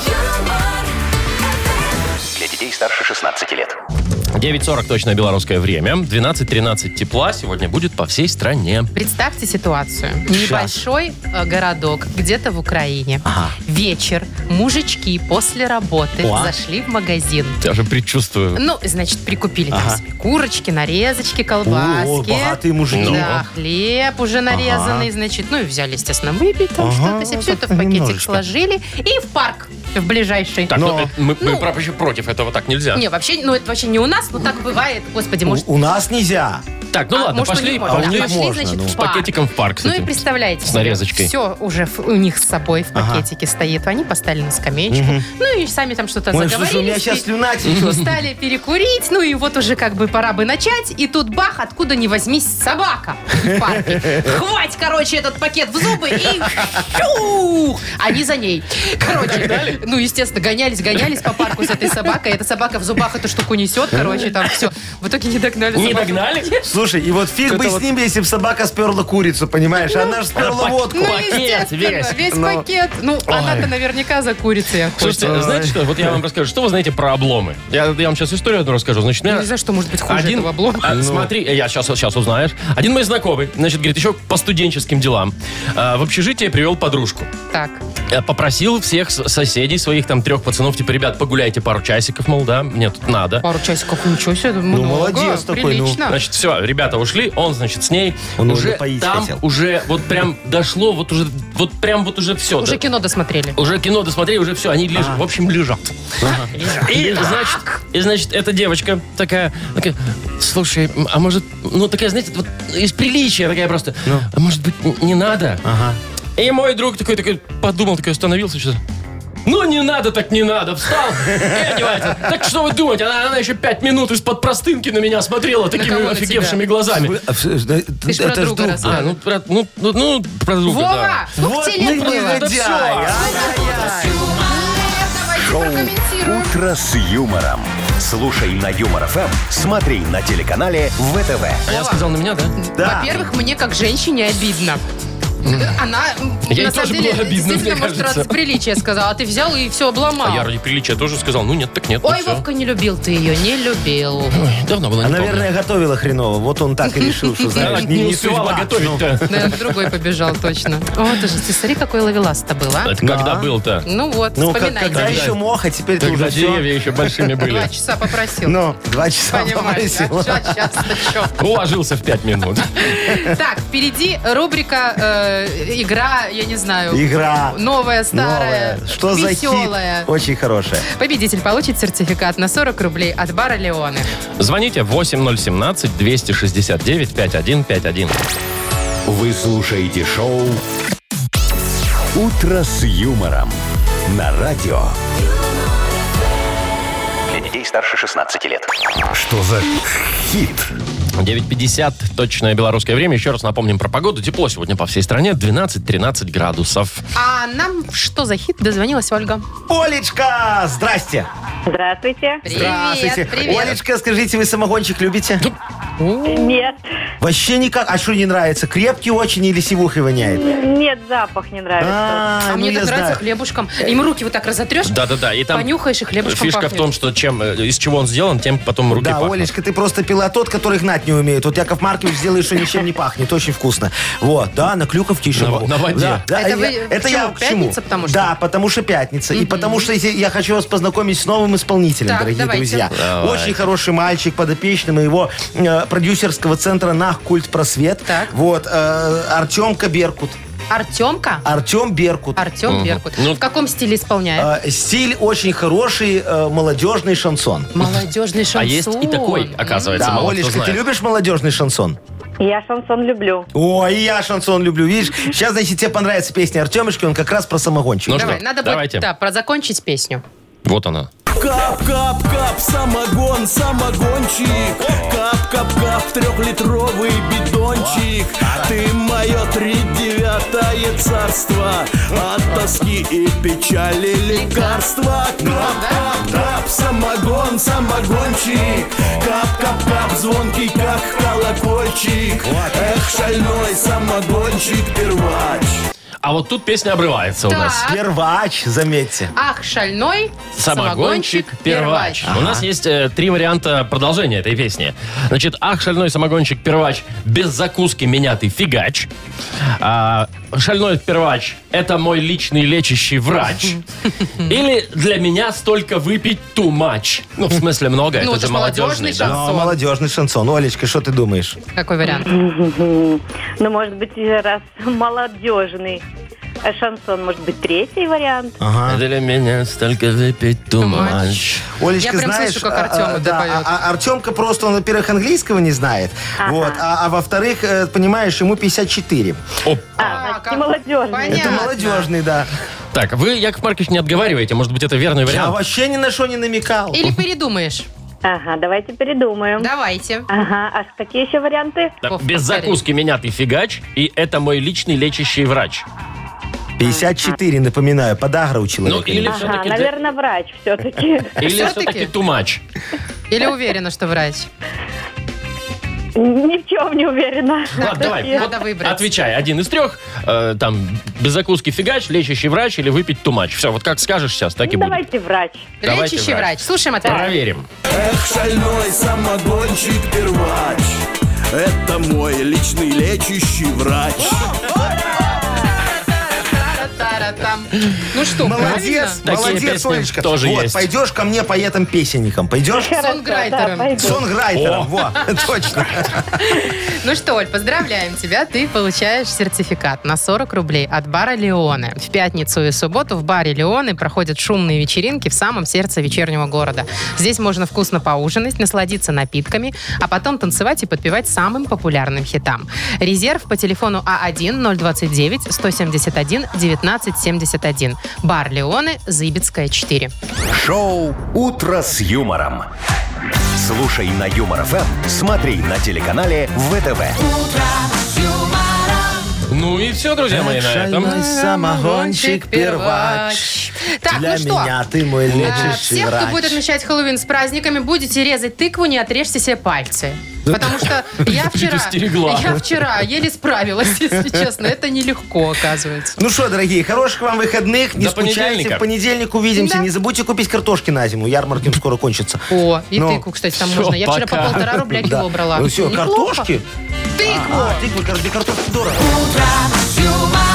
Для детей старше шестнадцати лет. девять сорок точное белорусское время. двенадцать тринадцать тепла сегодня будет по всей стране. Представьте ситуацию. Небольшой э, городок где-то в Украине. Ага. Вечер. Мужички после работы О. зашли в магазин. Я уже предчувствую. Ну, значит, прикупили там Ага. себе курочки, нарезочки, колбаски. О, богатые мужики. Да, хлеб уже нарезанный, значит. Ну и взяли, естественно, выпить там Ага, что-то. Все это в так пакетик немножечко. сложили. И в парк в ближайший. Так, Но- ну, это мы, мы Ну. про- вообще против этого так нельзя. Не, вообще, ну это вообще не у нас, но так бывает. Господи, может... У, у нас нельзя. Так, ну А, ладно, может, у пошли, них можно. а у Да, них пошли, можно, значит, ну. в с парк. пакетиком в парк, Ну кстати. и представляете С себе, нарезочкой. все уже в- у них с собой в Ага. пакетике стоит. Они поставили на скамеечку. Ну и сами там что-то Ой, заговорили. слушай, у меня сейчас слюна течет. Стали перекурить, ну и вот уже как бы пора бы начать. И тут бах, откуда ни возьмись, собака в парке. Хвать, короче, этот пакет в зубы и щух! Они за ней. Короче, ну, естественно, гонялись, гонялись по парку с этой собакой. Эта собака в зубах эту штуку несет, короче, там все. В итоге не догнали Не собаку. догнали? Слушай, и вот фиг бы Это с вот- ним, если бы собака сперла курицу, понимаешь? Она же сперла пак- водку. Ну, Пакет естественно, весь. весь Ну. пакет. Ну, она-то наверняка за курицей Слушайте, охотится. знаете что? Вот я вам расскажу. Что вы знаете про обломы? Я, я вам сейчас историю одну расскажу. Значит, у меня Не знаю, что может быть хуже один, этого облома. а, смотри, я сейчас, сейчас узнаешь. Один мой знакомый, значит, говорит, еще по студенческим делам. а, в общежитие привел подружку. Так. Я попросил всех с- соседей своих, там, трех пацанов, типа, ребят, погуляйте пару часиков, мол, да, мне тут надо. Пару часиков, ничего себе, много, молодец такой, ну. прилично. Значит, все, ребята ушли, он, значит, с ней. Он уже его напоить там хотел. уже вот прям дошло, вот уже, вот прям вот уже все. Уже кино досмотрели. Уже кино досмотрели, уже все, они лежат, в общем, лежат. И, значит, и, значит, эта девочка такая, такая, слушай, а может, ну, такая, знаете, вот из приличия такая просто, а может быть, н- не надо? Ага. И мой друг такой, такой подумал, такой остановился, что-то. Ну, не надо, так не надо. Встал и одевается. Так что вы думаете? Она, она еще пять минут из-под простынки на меня смотрела такими кого на офигевшими тебя? глазами. Вы- а, в- да, Ты ж про это ж друга друг. рассказывал. А, ну, про, ну, ну, ну, про друга, Вова, да. сколько Вот тебе лет ну, было? негодяй. всё. Ай-яй-яй. Давайте прокомментируем. «Утро с юмором». Слушай на Юмор эф эм, смотри на телеканале вэ тэ вэ. А я сказал на меня, да? Да. Во-первых, мне как женщине обидно. Она, м, Ей на тоже самом деле, было обидно, действительно, мне может, кажется. ради приличия сказала, а ты взял и все обломал. А я ради приличия тоже сказал, ну нет, так нет. ну Ой, всё. Вовка, не любил ты ее, не любил. Ой, давно было, А, не наверное, готовила хреново. Вот он так и решил, что, помню. знаешь, Она не, не не успевала судьба. готовить-то. Наверное, другой побежал точно. О, ты же, ты смотри, какой ловелас-то был, а? Это когда был-то? Ну вот, Ну, как- вспоминайте. когда еще мох, а теперь ты Когда уже все. деревья еще большими были. Два часа попросил. Ну, два часа Понимаешь, попросила. а сейчас-то что? Уложился в пять минут. Так, впереди рубрика э, игра, я не знаю. Игра. Новая, старая, Новая. Что за веселая. хит? Очень хорошая. Победитель получит сертификат на сорок рублей от бара Леоны. Звоните восемь ноль семнадцать двести шестьдесят девять пятьдесят один пятьдесят один. Вы слушаете шоу «Утро с юмором» на радио. Для детей старше шестнадцати лет. Что за хит? девять пятьдесят, точное белорусское время. Еще раз напомним про погоду. Тепло сегодня по всей стране, двенадцать-тринадцать градусов. А нам что за хит? Дозвонилась Ольга. Олечка, здрасте. Здравствуйте. Здравствуйте. Привет, привет. Олечка, скажите, вы самогончик любите? Нет, Вообще никак. А что не нравится? Крепкий очень или сивухой воняет? нет, запах не нравится. А, А ну мне я так нравится знаю. хлебушком. Им руки вот так разотрешь, Да-да-да. И там понюхаешь, и хлебушком фишка пахнет. в том, что чем, э, из чего он сделан, тем потом руки Да, пахнут. Олечка, ты просто пила тот, который гнать не умеет. Вот Яков Маркович сделает, что ничем не пахнет. Очень вкусно. Вот, да, на клюковке еще. На- могу. на воде. Да, да, Это я- вы это почему? я к чему? Пятница, потому что? Да, потому что пятница. И потому что если- я хочу вас познакомить с новым исполнителем, Так, дорогие давайте. друзья. Давайте. Очень хороший мальчик, подопечный моего э, продюсерского центра «Нах Культ Просвет». Так. Вот, э, Артемка Беркут. Артемка? Артем Беркут. Артем Беркут. Ну, В каком стиле исполняет? Э, Стиль очень хороший, э, молодежный шансон. Молодежный шансон. а есть и такой, оказывается, Да, мало кто Олечка, ты знает. любишь молодежный шансон? Я шансон люблю. Ой, и я шансон люблю, видишь? Сейчас, значит, тебе понравится песня Артемочки, он как раз про самогончик. Ну Давай, что, надо давайте. будет да, про закончить песню. Вот она. Кап-кап-кап, самогон, самогончик. Кап-кап-кап, трехлитровый бидончик. Ты мое тридевятое царство, от тоски и печали лекарства. Кап-кап-кап, самогон, самогончик. Кап-кап-кап, звонкий как колокольчик. Эх, шальной самогончик, первач. А вот тут песня обрывается у нас. Так. Первач, заметьте. Ах, шальной Самогончик, первач. У нас есть э, три варианта продолжения этой песни. Значит, ах, шальной самогончик, первач, без закуски меня ты фигач. А, шальной первач, это мой личный лечащий врач. Или для меня столько выпить too much. Ну, в смысле много, Ну, это это же ж молодежный, молодежный да. шансон. Ну, молодежный шансон. Олечка, что ты думаешь? Какой вариант? Ну, может быть, раз молодежный шансон, может быть, третий вариант. Ага. Для меня столько выпить too Too much. much. Олечка, Я прям знаешь, слышу, как а, Артем а, это да, поет. а- а Артемка просто, он, во-первых, английского не знает, вот, а, а во-вторых, э, понимаешь, ему пятьдесят четыре. Оп. А, как- не молодежный. Понятно. Это молодежный, да. Так, вы, Яков Маркович, не отговариваете. Может быть, это верный Я вариант? вообще ни на что не намекал. Или передумаешь? Ага, давайте передумаем. Давайте. Ага, а какие еще варианты? Да, Вов, без повтори. закуски меня ты фигач, и это мой личный лечащий врач. пятьдесят четыре, напоминаю, подагра у человека. Ну, или Ага, все-таки... наверное, врач все-таки. Или Всё-таки? все-таки too much. Или уверена, что врач? Ни в чем не уверена. Ладно, давай, Надо вот выбрать. отвечай. Один из трех. э, там, без закуски фигач, лечащий врач или выпить too much. Все, вот как скажешь сейчас, так и будет. Давайте врач. Давайте Лечащий врач. врач. Слушаем ответ. Проверим. Эх, шальной самогончик, первач. Это мой личный лечащий врач. Та-ра-там. Ну что, Молодец, Такие молодец, песни Олечка. тоже вот, есть. пойдешь ко мне поэтом-песенником, пойдешь? Сонграйтером. Да, пойду. Сонграйтером, во, точно. Ну что, Оль, поздравляем тебя. Ты получаешь сертификат на сорок рублей от бара «Леоне». В пятницу и субботу в баре «Леоне» проходят шумные вечеринки в самом сердце вечернего города. Здесь можно вкусно поужинать, насладиться напитками, а потом танцевать и подпевать самым популярным хитам. Резерв по телефону А один ноль двадцать девять сто семьдесят один девятнадцать семьдесят один. Бар «Леоне», Зыбицкая, четыре. Шоу «Утро с юмором». Слушай на Юмор ФМ, смотри на телеканале ВТВ. Ну и все, друзья мои, на этом. Шальной самогонщик, первач. Так, Для ну что? меня ты мой А, лечащий Всех, кто врач. будет отмечать Хэллоуин с праздниками, будете резать тыкву, не отрежьте себе пальцы. Потому что я вчера, Предостерегла. я вчера еле справилась, если честно. Это нелегко, оказывается. Ну что, дорогие, хороших вам выходных. Не До скучайте. понедельника. В понедельник увидимся. Да. Не забудьте купить картошки на зиму. Ярмарки скоро кончатся. О, и Ну, тыкву, кстати, там всё, можно. Я вчера по пока. полтора рубля кило брала. Ну все, Неплохо. картошки? Тыкву! А, тыквы, кар- картошки дорого. Утро с юмором.